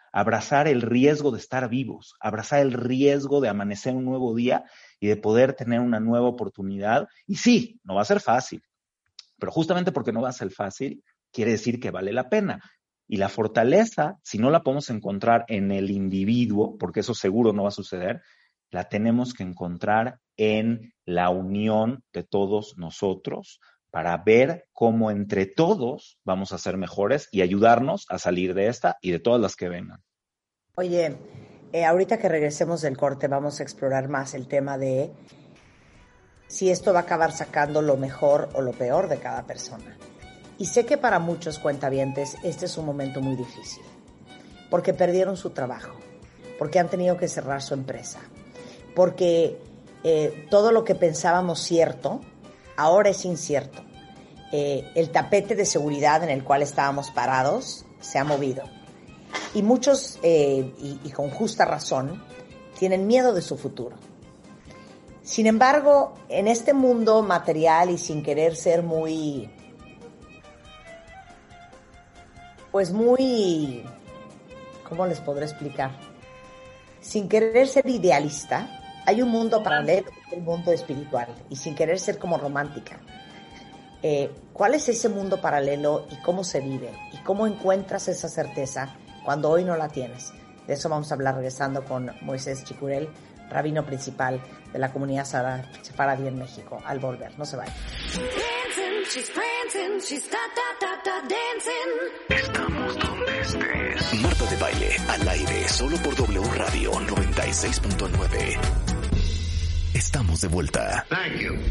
abrazar el riesgo de estar vivos, abrazar el riesgo de amanecer un nuevo día y de poder tener una nueva oportunidad. Y sí, no va a ser fácil, pero justamente porque no va a ser fácil, quiere decir que vale la pena. Y la fortaleza, si no la podemos encontrar en el individuo, porque eso seguro no va a suceder, la tenemos que encontrar en la unión de todos nosotros para ver cómo entre todos vamos a ser mejores y ayudarnos a salir de esta y de todas las que vengan. Oye, ahorita que regresemos del corte vamos a explorar más el tema de si esto va a acabar sacando lo mejor o lo peor de cada persona. Y sé que para muchos cuentavientes este es un momento muy difícil, porque perdieron su trabajo, porque han tenido que cerrar su empresa, porque todo lo que pensábamos cierto, ahora es incierto. El tapete de seguridad en el cual estábamos parados se ha movido. Y muchos, y con justa razón, tienen miedo de su futuro. Sin embargo, en este mundo material y sin querer ser muy, ¿cómo les podré explicar? Sin querer ser idealista, hay un mundo paralelo, el mundo espiritual, y sin querer ser como romántica. ¿Cuál es ese mundo paralelo y cómo se vive? ¿Y cómo encuentras esa certeza cuando hoy no la tienes? De eso vamos a hablar regresando con Moisés Chicurel, rabino principal de la comunidad sefaradí en México, al volver. No se vayan. Estamos donde estés. Marta de Baile, al aire, solo por W Radio 96.9. Estamos de vuelta. Thank you.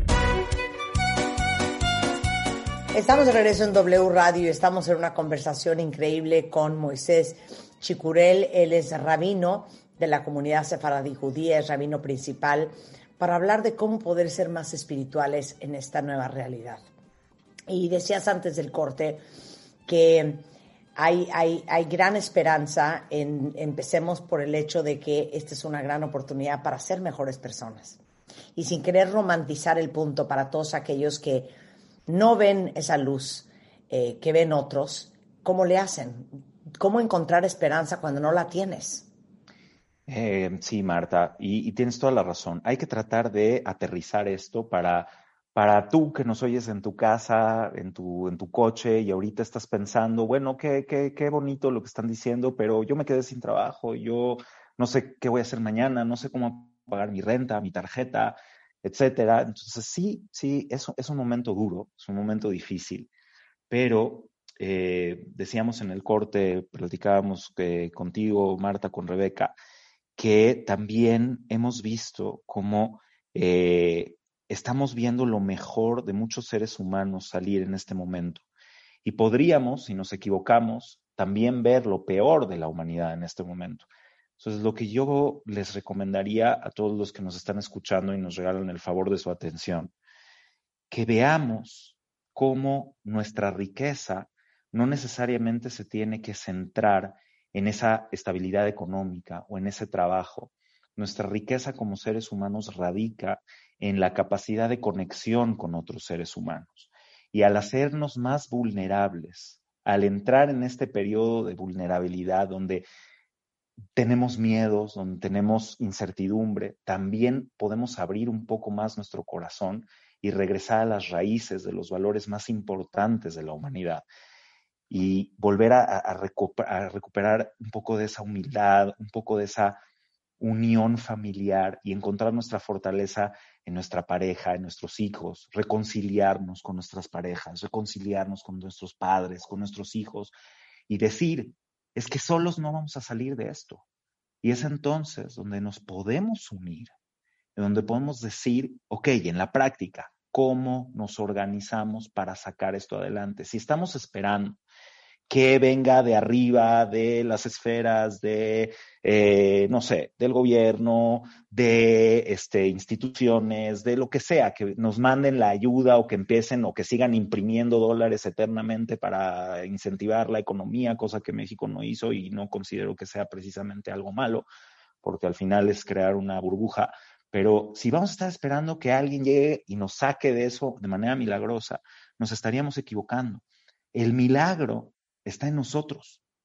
Estamos de regreso en W Radio y estamos en una conversación increíble con Moisés Chicurel. Él es rabino de la comunidad sefaradí judía, es rabino principal, para hablar de cómo poder ser más espirituales en esta nueva realidad. Y decías antes del corte que hay gran esperanza. Empecemos por el hecho de que esta es una gran oportunidad para ser mejores personas. Y sin querer romantizar el punto para todos aquellos que no ven esa luz que ven otros, ¿cómo le hacen? ¿Cómo encontrar esperanza cuando no la tienes? Sí, Marta, y tienes toda la razón. Hay que tratar de aterrizar esto para tú que nos oyes en tu casa, en tu coche, y ahorita estás pensando, bueno, qué bonito lo que están diciendo, pero yo me quedé sin trabajo, yo no sé qué voy a hacer mañana, no sé cómo pagar mi renta, mi tarjeta, etcétera. Entonces, sí, es un momento duro, es un momento difícil, pero decíamos en el corte, platicábamos contigo, Marta, con Rebeca, que también hemos visto cómo estamos viendo lo mejor de muchos seres humanos salir en este momento. Y podríamos, si nos equivocamos, también ver lo peor de la humanidad en este momento. Entonces, lo que yo les recomendaría a todos los que nos están escuchando y nos regalan el favor de su atención, que veamos cómo nuestra riqueza no necesariamente se tiene que centrar en esa estabilidad económica o en ese trabajo. Nuestra riqueza como seres humanos radica en la capacidad de conexión con otros seres humanos. Y al hacernos más vulnerables, al entrar en este periodo de vulnerabilidad donde tenemos miedos, donde tenemos incertidumbre, también podemos abrir un poco más nuestro corazón y regresar a las raíces de los valores más importantes de la humanidad. Y volver a recuperar un poco de esa humildad, un poco de esa unión familiar y encontrar nuestra fortaleza en nuestra pareja, en nuestros hijos, reconciliarnos con nuestras parejas, reconciliarnos con nuestros padres, con nuestros hijos y decir, es que solos no vamos a salir de esto. Y es entonces donde nos podemos unir, en donde podemos decir, ok, en la práctica, ¿cómo nos organizamos para sacar esto adelante? Si estamos esperando que venga de arriba, de las esferas, de, no sé, del gobierno, de instituciones, de lo que sea, que nos manden la ayuda o que empiecen o que sigan imprimiendo dólares eternamente para incentivar la economía, cosa que México no hizo y no considero que sea precisamente algo malo, porque al final es crear una burbuja. Pero si vamos a estar esperando que alguien llegue y nos saque de eso de manera milagrosa, nos estaríamos equivocando. El milagro está en nosotros.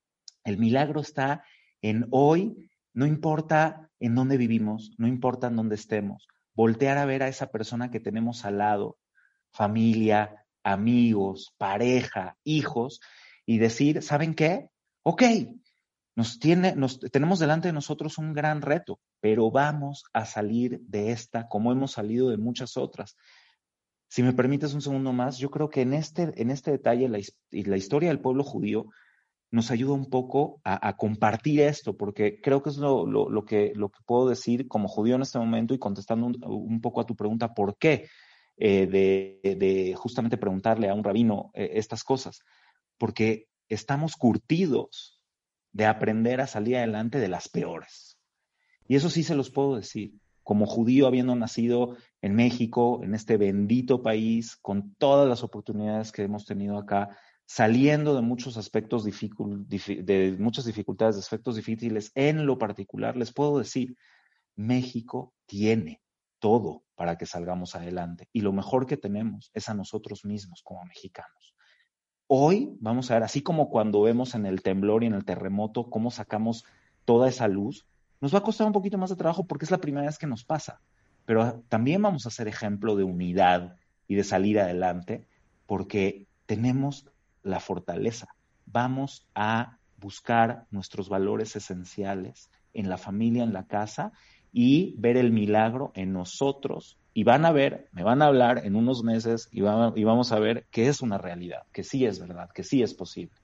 El milagro está en hoy, no importa en dónde vivimos, no importa en dónde estemos, voltear a ver a esa persona que tenemos al lado, familia, amigos, pareja, hijos, y decir, ¿saben qué? Ok, tenemos delante de nosotros un gran reto, pero vamos a salir de esta como hemos salido de muchas otras. Si me permites un segundo más, yo creo que en este detalle la historia del pueblo judío nos ayuda un poco a compartir esto, porque creo que es lo que puedo decir como judío en este momento y contestando un poco a tu pregunta, ¿por qué? De justamente preguntarle a un rabino estas cosas, porque estamos curtidos de aprender a salir adelante de las peores. Y eso sí se los puedo decir. Como judío, habiendo nacido en México, en este bendito país, con todas las oportunidades que hemos tenido acá, saliendo de muchos aspectos de muchas dificultades, de aspectos difíciles, en lo particular, les puedo decir, México tiene todo para que salgamos adelante. Y lo mejor que tenemos es a nosotros mismos como mexicanos. Hoy vamos a ver, así como cuando vemos en el temblor y en el terremoto cómo sacamos toda esa luz, nos va a costar un poquito más de trabajo porque es la primera vez que nos pasa, pero también vamos a ser ejemplo de unidad y de salir adelante porque tenemos la fortaleza. Vamos a buscar nuestros valores esenciales en la familia, en la casa y ver el milagro en nosotros. Y me van a hablar en unos meses y vamos a ver que es una realidad, que sí es verdad, que sí es posible.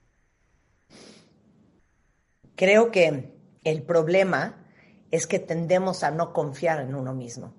Creo que el problema es que tendemos a no confiar en uno mismo.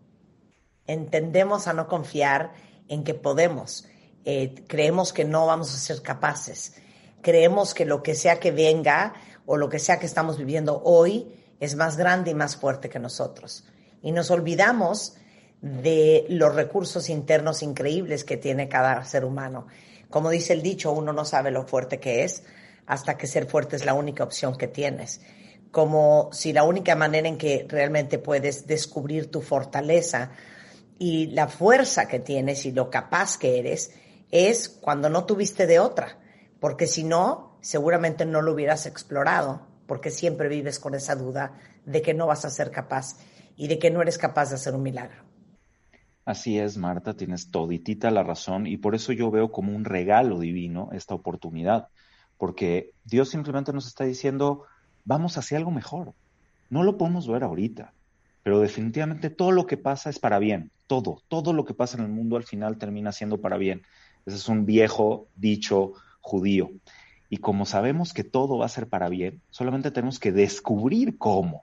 Tendemos a no confiar en que podemos. Creemos que no vamos a ser capaces. Creemos que lo que sea que venga o lo que sea que estamos viviendo hoy es más grande y más fuerte que nosotros. Y nos olvidamos de los recursos internos increíbles que tiene cada ser humano. Como dice el dicho, uno no sabe lo fuerte que es hasta que ser fuerte es la única opción que tienes. Como si la única manera en que realmente puedes descubrir tu fortaleza y la fuerza que tienes y lo capaz que eres es cuando no tuviste de otra, porque si no, seguramente no lo hubieras explorado, porque siempre vives con esa duda de que no vas a ser capaz y de que no eres capaz de hacer un milagro. Así es, Marta, tienes toditita la razón y por eso yo veo como un regalo divino esta oportunidad, porque Dios simplemente nos está diciendo, vamos hacia algo mejor. No lo podemos ver ahorita, pero definitivamente todo lo que pasa es para bien. Todo lo que pasa en el mundo al final termina siendo para bien. Ese es un viejo dicho judío. Y como sabemos que todo va a ser para bien, solamente tenemos que descubrir cómo.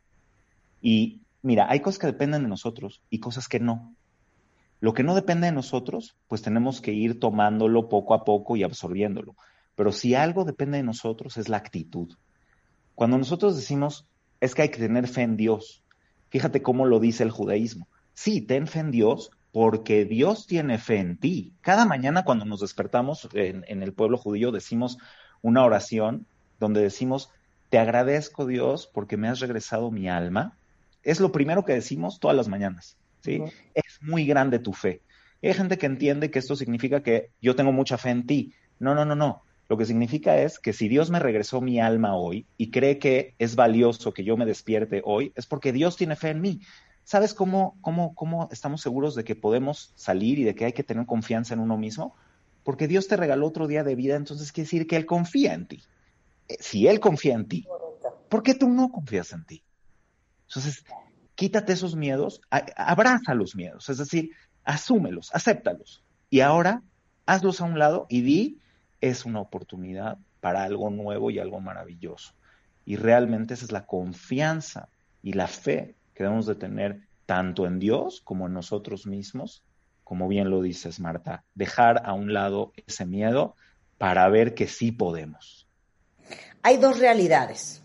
Y mira, hay cosas que dependen de nosotros y cosas que no. Lo que no depende de nosotros, pues tenemos que ir tomándolo poco a poco y absorbiéndolo. Pero si algo depende de nosotros es la actitud. Cuando nosotros decimos, es que hay que tener fe en Dios, fíjate cómo lo dice el judaísmo. Sí, ten fe en Dios porque Dios tiene fe en ti. Cada mañana cuando nos despertamos en el pueblo judío decimos una oración donde decimos, te agradezco Dios porque me has regresado mi alma. Es lo primero que decimos todas las mañanas, ¿sí? Uh-huh. Es muy grande tu fe. Hay gente que entiende que esto significa que yo tengo mucha fe en ti. No. Lo que significa es que si Dios me regresó mi alma hoy y cree que es valioso que yo me despierte hoy, es porque Dios tiene fe en mí. ¿Sabes cómo estamos seguros de que podemos salir y de que hay que tener confianza en uno mismo? Porque Dios te regaló otro día de vida, entonces quiere decir que Él confía en ti. Si Él confía en ti, ¿por qué tú no confías en ti? Entonces, quítate esos miedos, abraza los miedos, es decir, asúmelos, acéptalos. Y ahora, hazlos a un lado y di, es una oportunidad para algo nuevo y algo maravilloso. Y realmente esa es la confianza y la fe que debemos de tener tanto en Dios como en nosotros mismos, como bien lo dices, Marta, dejar a un lado ese miedo para ver que sí podemos. Hay dos realidades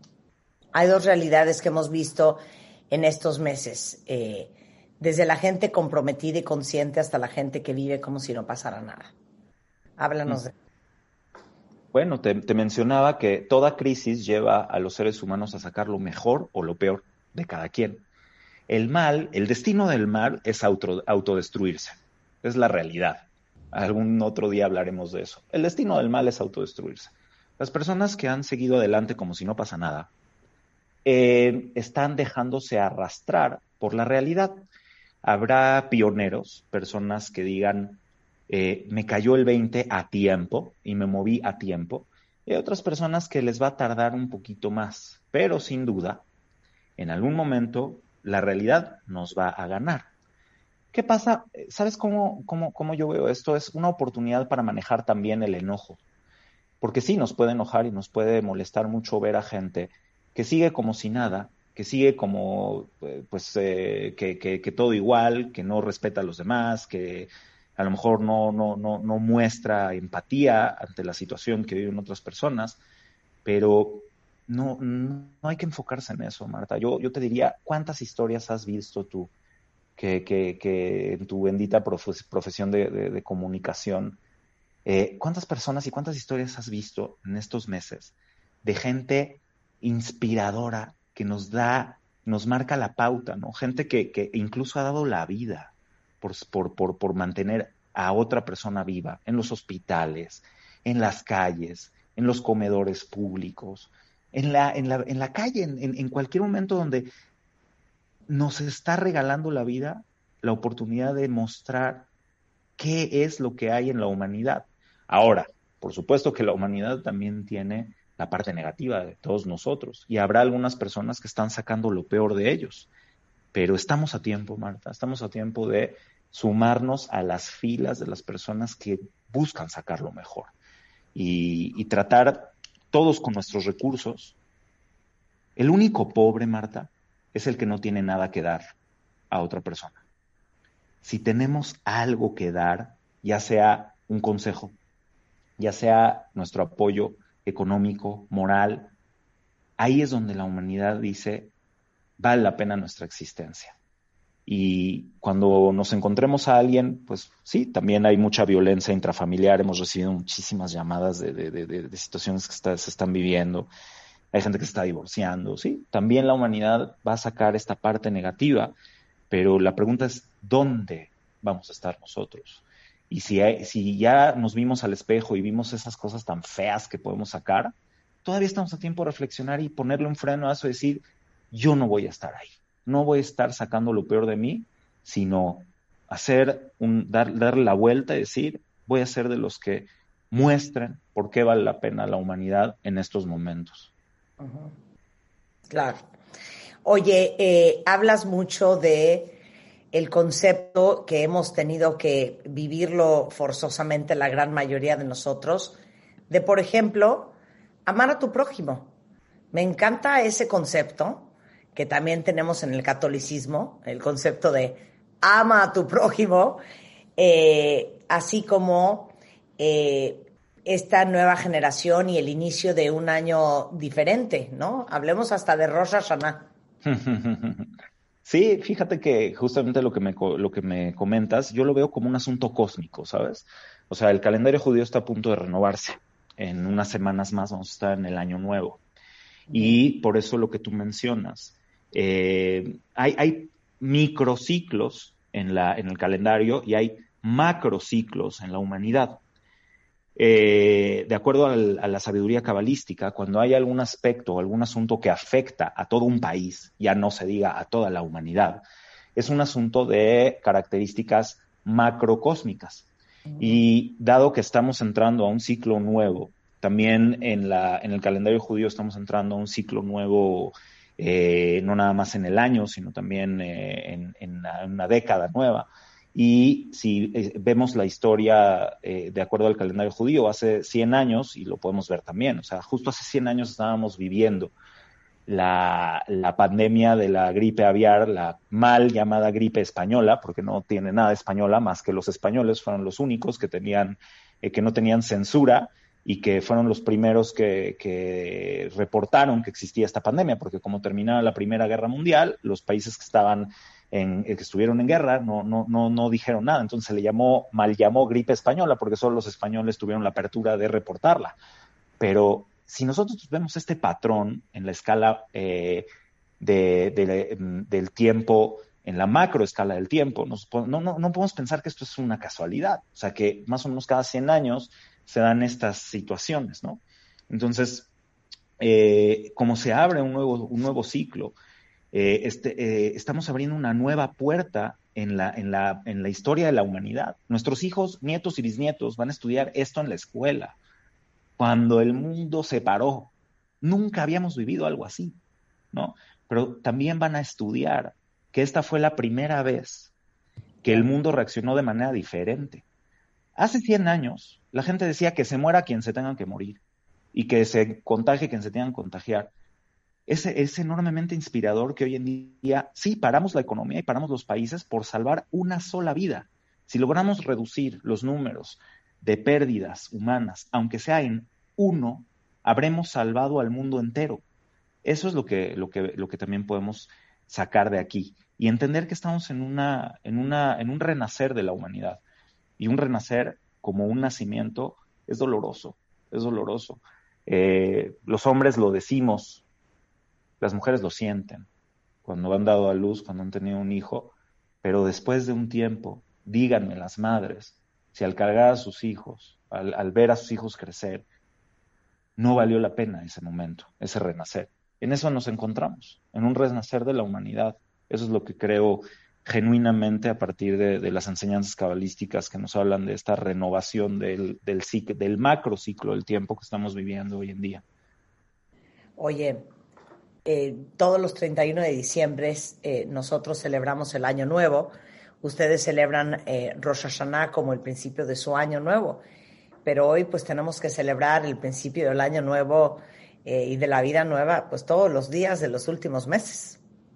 que hemos visto en estos meses, desde la gente comprometida y consciente hasta la gente que vive como si no pasara nada. Háblanos de... Bueno, te mencionaba que toda crisis lleva a los seres humanos a sacar lo mejor o lo peor de cada quien. El destino del mal es autodestruirse. Es la realidad. Algún otro día hablaremos de eso. El destino del mal es autodestruirse. Las personas que han seguido adelante como si no pasa nada, están dejándose arrastrar por la realidad. Habrá pioneros, personas que digan, me cayó el 20 a tiempo y me moví a tiempo. Y hay otras personas que les va a tardar un poquito más, pero sin duda, en algún momento la realidad nos va a ganar. ¿Qué pasa? ¿Sabes cómo yo veo esto? Es una oportunidad para manejar también el enojo. Porque sí, nos puede enojar y nos puede molestar mucho ver a gente que sigue como si nada, que sigue como, que todo igual, que no respeta a los demás, que a lo mejor no muestra empatía ante la situación que viven otras personas, pero no hay que enfocarse en eso, Marta. Yo te diría, ¿cuántas historias has visto tú que en tu bendita profesión de comunicación, cuántas personas y cuántas historias has visto en estos meses de gente inspiradora que nos marca la pauta, ¿no? Gente que incluso ha dado la vida por mantener a otra persona viva en los hospitales, en las calles, en los comedores públicos, en la calle, en cualquier momento donde nos está regalando la vida, la oportunidad de mostrar qué es lo que hay en la humanidad. Ahora, por supuesto que la humanidad también tiene la parte negativa de todos nosotros, y habrá algunas personas que están sacando lo peor de ellos, pero estamos a tiempo, Marta, estamos a tiempo de sumarnos a las filas de las personas que buscan sacar lo mejor y tratar todos con nuestros recursos. El único pobre, Marta, es el que no tiene nada que dar a otra persona. Si tenemos algo que dar, ya sea un consejo, ya sea nuestro apoyo económico, moral, ahí es donde la humanidad dice, vale la pena nuestra existencia. Y cuando nos encontremos a alguien, pues sí, también hay mucha violencia intrafamiliar, hemos recibido muchísimas llamadas de situaciones que se están viviendo, hay gente que se está divorciando, sí, también la humanidad va a sacar esta parte negativa, pero la pregunta es, ¿dónde vamos a estar nosotros? Y si ya nos vimos al espejo y vimos esas cosas tan feas que podemos sacar, todavía estamos a tiempo de reflexionar y ponerle un freno a eso y decir, yo no voy a estar ahí, no voy a estar sacando lo peor de mí, sino darle la vuelta y decir, voy a ser de los que muestren por qué vale la pena la humanidad en estos momentos. Uh-huh. Claro. Oye, hablas mucho de el concepto que hemos tenido que vivirlo forzosamente la gran mayoría de nosotros, de, por ejemplo, amar a tu prójimo. Me encanta ese concepto que también tenemos en el catolicismo, el concepto de ama a tu prójimo, así como esta nueva generación y el inicio de un año diferente, ¿no? Hablemos hasta de Rosh Hashanah. Sí, fíjate que justamente lo que me comentas, yo lo veo como un asunto cósmico, ¿sabes? O sea, el calendario judío está a punto de renovarse. En unas semanas más vamos a estar en el año nuevo. Y por eso lo que tú mencionas, hay microciclos en el calendario y hay macrociclos en la humanidad. De acuerdo a la sabiduría cabalística, cuando hay algún aspecto o algún asunto que afecta a todo un país, ya no se diga a toda la humanidad, es un asunto de características macrocósmicas. Y dado que estamos entrando a un ciclo nuevo, también en el calendario judío estamos entrando a un ciclo nuevo, no nada más en el año, sino también en una década nueva. Y si vemos la historia de acuerdo al calendario judío, hace 100 años, y lo podemos ver también, o sea, justo hace 100 años estábamos viviendo la pandemia de la gripe aviar, la mal llamada gripe española, porque no tiene nada española, más que los españoles fueron los únicos que no tenían censura y que fueron los primeros que reportaron que existía esta pandemia, porque como terminaba la Primera Guerra Mundial, los países que estuvieron en guerra no dijeron nada, entonces se le mal llamó gripe española porque solo los españoles tuvieron la apertura de reportarla. Pero si nosotros vemos este patrón en la escala del tiempo, en la macroescala del tiempo, no podemos pensar que esto es una casualidad, o sea que más o menos cada 100 años se dan estas situaciones, ¿no? Entonces, como se abre un nuevo ciclo, estamos abriendo una nueva puerta en la historia de la humanidad. Nuestros hijos, nietos y bisnietos van a estudiar esto en la escuela. Cuando el mundo se paró, nunca habíamos vivido algo así, ¿no? Pero también van a estudiar que esta fue la primera vez que el mundo reaccionó de manera diferente. Hace 100 años, la gente decía que se muera quien se tenga que morir y que se contagie quien se tenga que contagiar. Es enormemente inspirador que hoy en día sí paramos la economía y paramos los países por salvar una sola vida. Si logramos reducir los números de pérdidas humanas, aunque sea en 1, habremos salvado al mundo entero. Eso es lo que también podemos sacar de aquí y entender que estamos en un renacer de la humanidad. Y un renacer como un nacimiento es doloroso, es doloroso. Los hombres lo decimos, las mujeres lo sienten cuando han dado a luz, cuando han tenido un hijo, pero después de un tiempo, díganme las madres, si al cargar a sus hijos, al ver a sus hijos crecer, no valió la pena ese momento, ese renacer. En eso nos encontramos, en un renacer de la humanidad. Eso es lo que creo genuinamente a partir de las enseñanzas cabalísticas que nos hablan de esta renovación del macro ciclo del tiempo que estamos viviendo hoy en día. Oye, todos los 31 de diciembre nosotros celebramos el Año Nuevo. Ustedes celebran Rosh Hashanah como el principio de su Año Nuevo. Pero hoy pues tenemos que celebrar el principio del Año Nuevo y de la vida nueva pues todos los días de los últimos meses.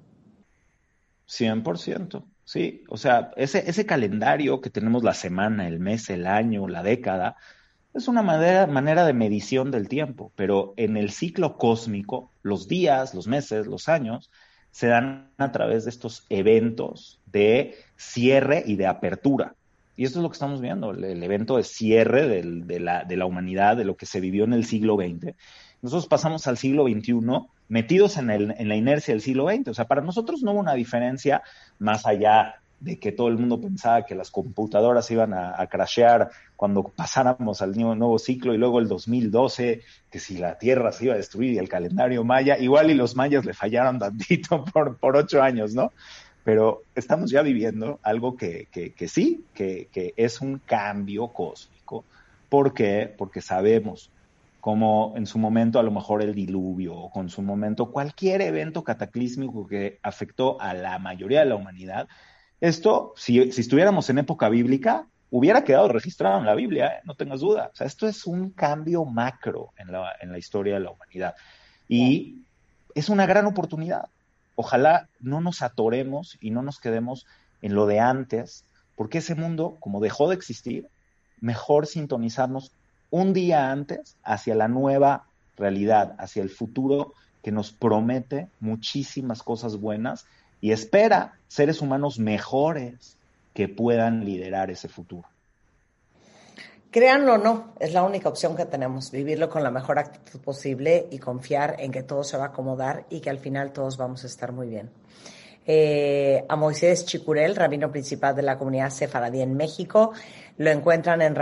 100%, sí. O sea, ese calendario que tenemos, la semana, el mes, el año, la década, es una manera de medición del tiempo, pero en el ciclo cósmico, los días, los meses, los años, se dan a través de estos eventos de cierre y de apertura. Y esto es lo que estamos viendo, el evento de cierre de la humanidad, de lo que se vivió en el siglo XX. Nosotros pasamos al siglo XXI metidos en la inercia del siglo XX. O sea, para nosotros no hubo una diferencia más allá de que todo el mundo pensaba que las computadoras iban a crashear cuando pasáramos al nuevo ciclo, y luego el 2012, que si la Tierra se iba a destruir, y el calendario maya, igual y los mayas le fallaron tantito por 8 años, ¿no? Pero estamos ya viviendo algo que sí, que es un cambio cósmico. ¿Por qué? Porque sabemos como en su momento a lo mejor el diluvio, o con su momento cualquier evento cataclísmico que afectó a la mayoría de la humanidad. Esto, si estuviéramos en época bíblica, hubiera quedado registrado en la Biblia, no tengas duda. O sea, esto es un cambio macro en la historia de la humanidad. Y es una gran oportunidad. Ojalá no nos atoremos y no nos quedemos en lo de antes, porque ese mundo, como dejó de existir, mejor sintonizarnos un día antes hacia la nueva realidad, hacia el futuro que nos promete muchísimas cosas buenas y espera seres humanos mejores que puedan liderar ese futuro. Créanlo o no, es la única opción que tenemos, vivirlo con la mejor actitud posible y confiar en que todo se va a acomodar y que al final todos vamos a estar muy bien. A Moisés Chicurel, rabino principal de la comunidad sefaradí en México, lo encuentran en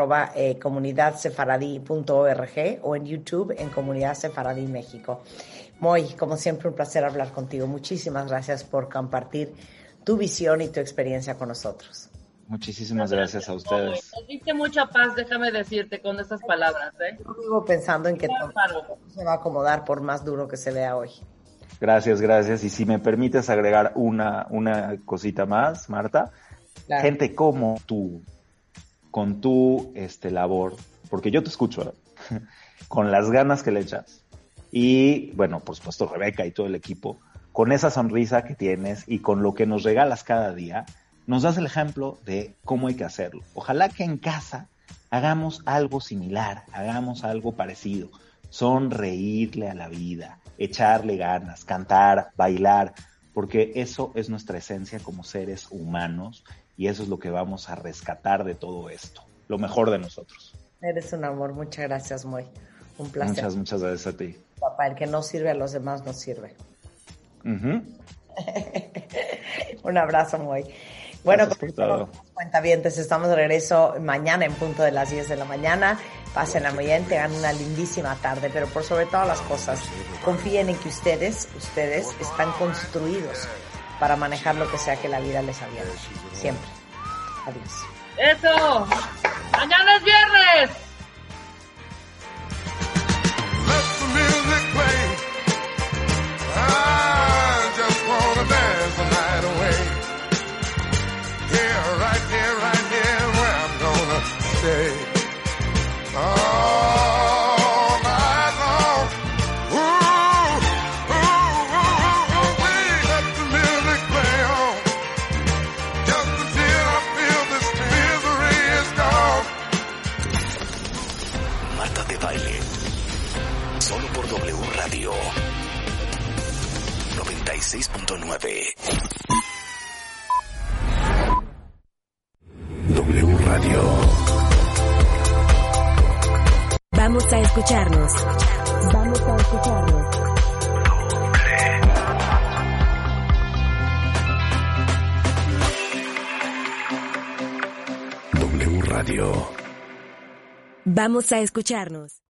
rabino@comunidadsefaradí.org o en YouTube en Comunidad Sefaradí México. Moy, como siempre, un placer hablar contigo. Muchísimas gracias por compartir tu visión y tu experiencia con nosotros. Muchísimas gracias a ustedes. Nos diste mucha paz, déjame decirte, con estas palabras, ¿eh? Yo vivo pensando en que todo se va a acomodar por más duro que se vea hoy. Gracias. Y si me permites agregar una cosita más, Marta. Claro. Gente como tú, con tu labor, porque yo te escucho, con las ganas que le echas. Y, bueno, por supuesto, Rebeca y todo el equipo, con esa sonrisa que tienes y con lo que nos regalas cada día, nos das el ejemplo de cómo hay que hacerlo. Ojalá que en casa hagamos algo similar, hagamos algo parecido. Sonreírle a la vida, echarle ganas, cantar, bailar, porque eso es nuestra esencia como seres humanos y eso es lo que vamos a rescatar de todo esto, lo mejor de nosotros. Eres un amor, muchas gracias, Moy. Un placer. Muchas gracias a ti. Papá, el que no sirve a los demás no sirve. Uh-huh. Un abrazo, Moy. Bueno, Gracias por todo. cuentavientes, estamos de regreso mañana en punto de las 10 de la mañana. Pásenla muy bien, tengan una lindísima tarde, pero por sobre todas las cosas, confíen en que ustedes están construidos para manejar lo que sea que la vida les aviente. Siempre. Adiós. ¡Eso! ¡Mañana es viernes! Let the music play. I just wanna dance the night away. Right here, where I'm gonna stay. All night long. We let the music play on. Just until I feel this misery is gone. Marta de Baile. Solo por W Radio 96.9. W Radio. Vamos a escucharnos. W Radio. Vamos a escucharnos.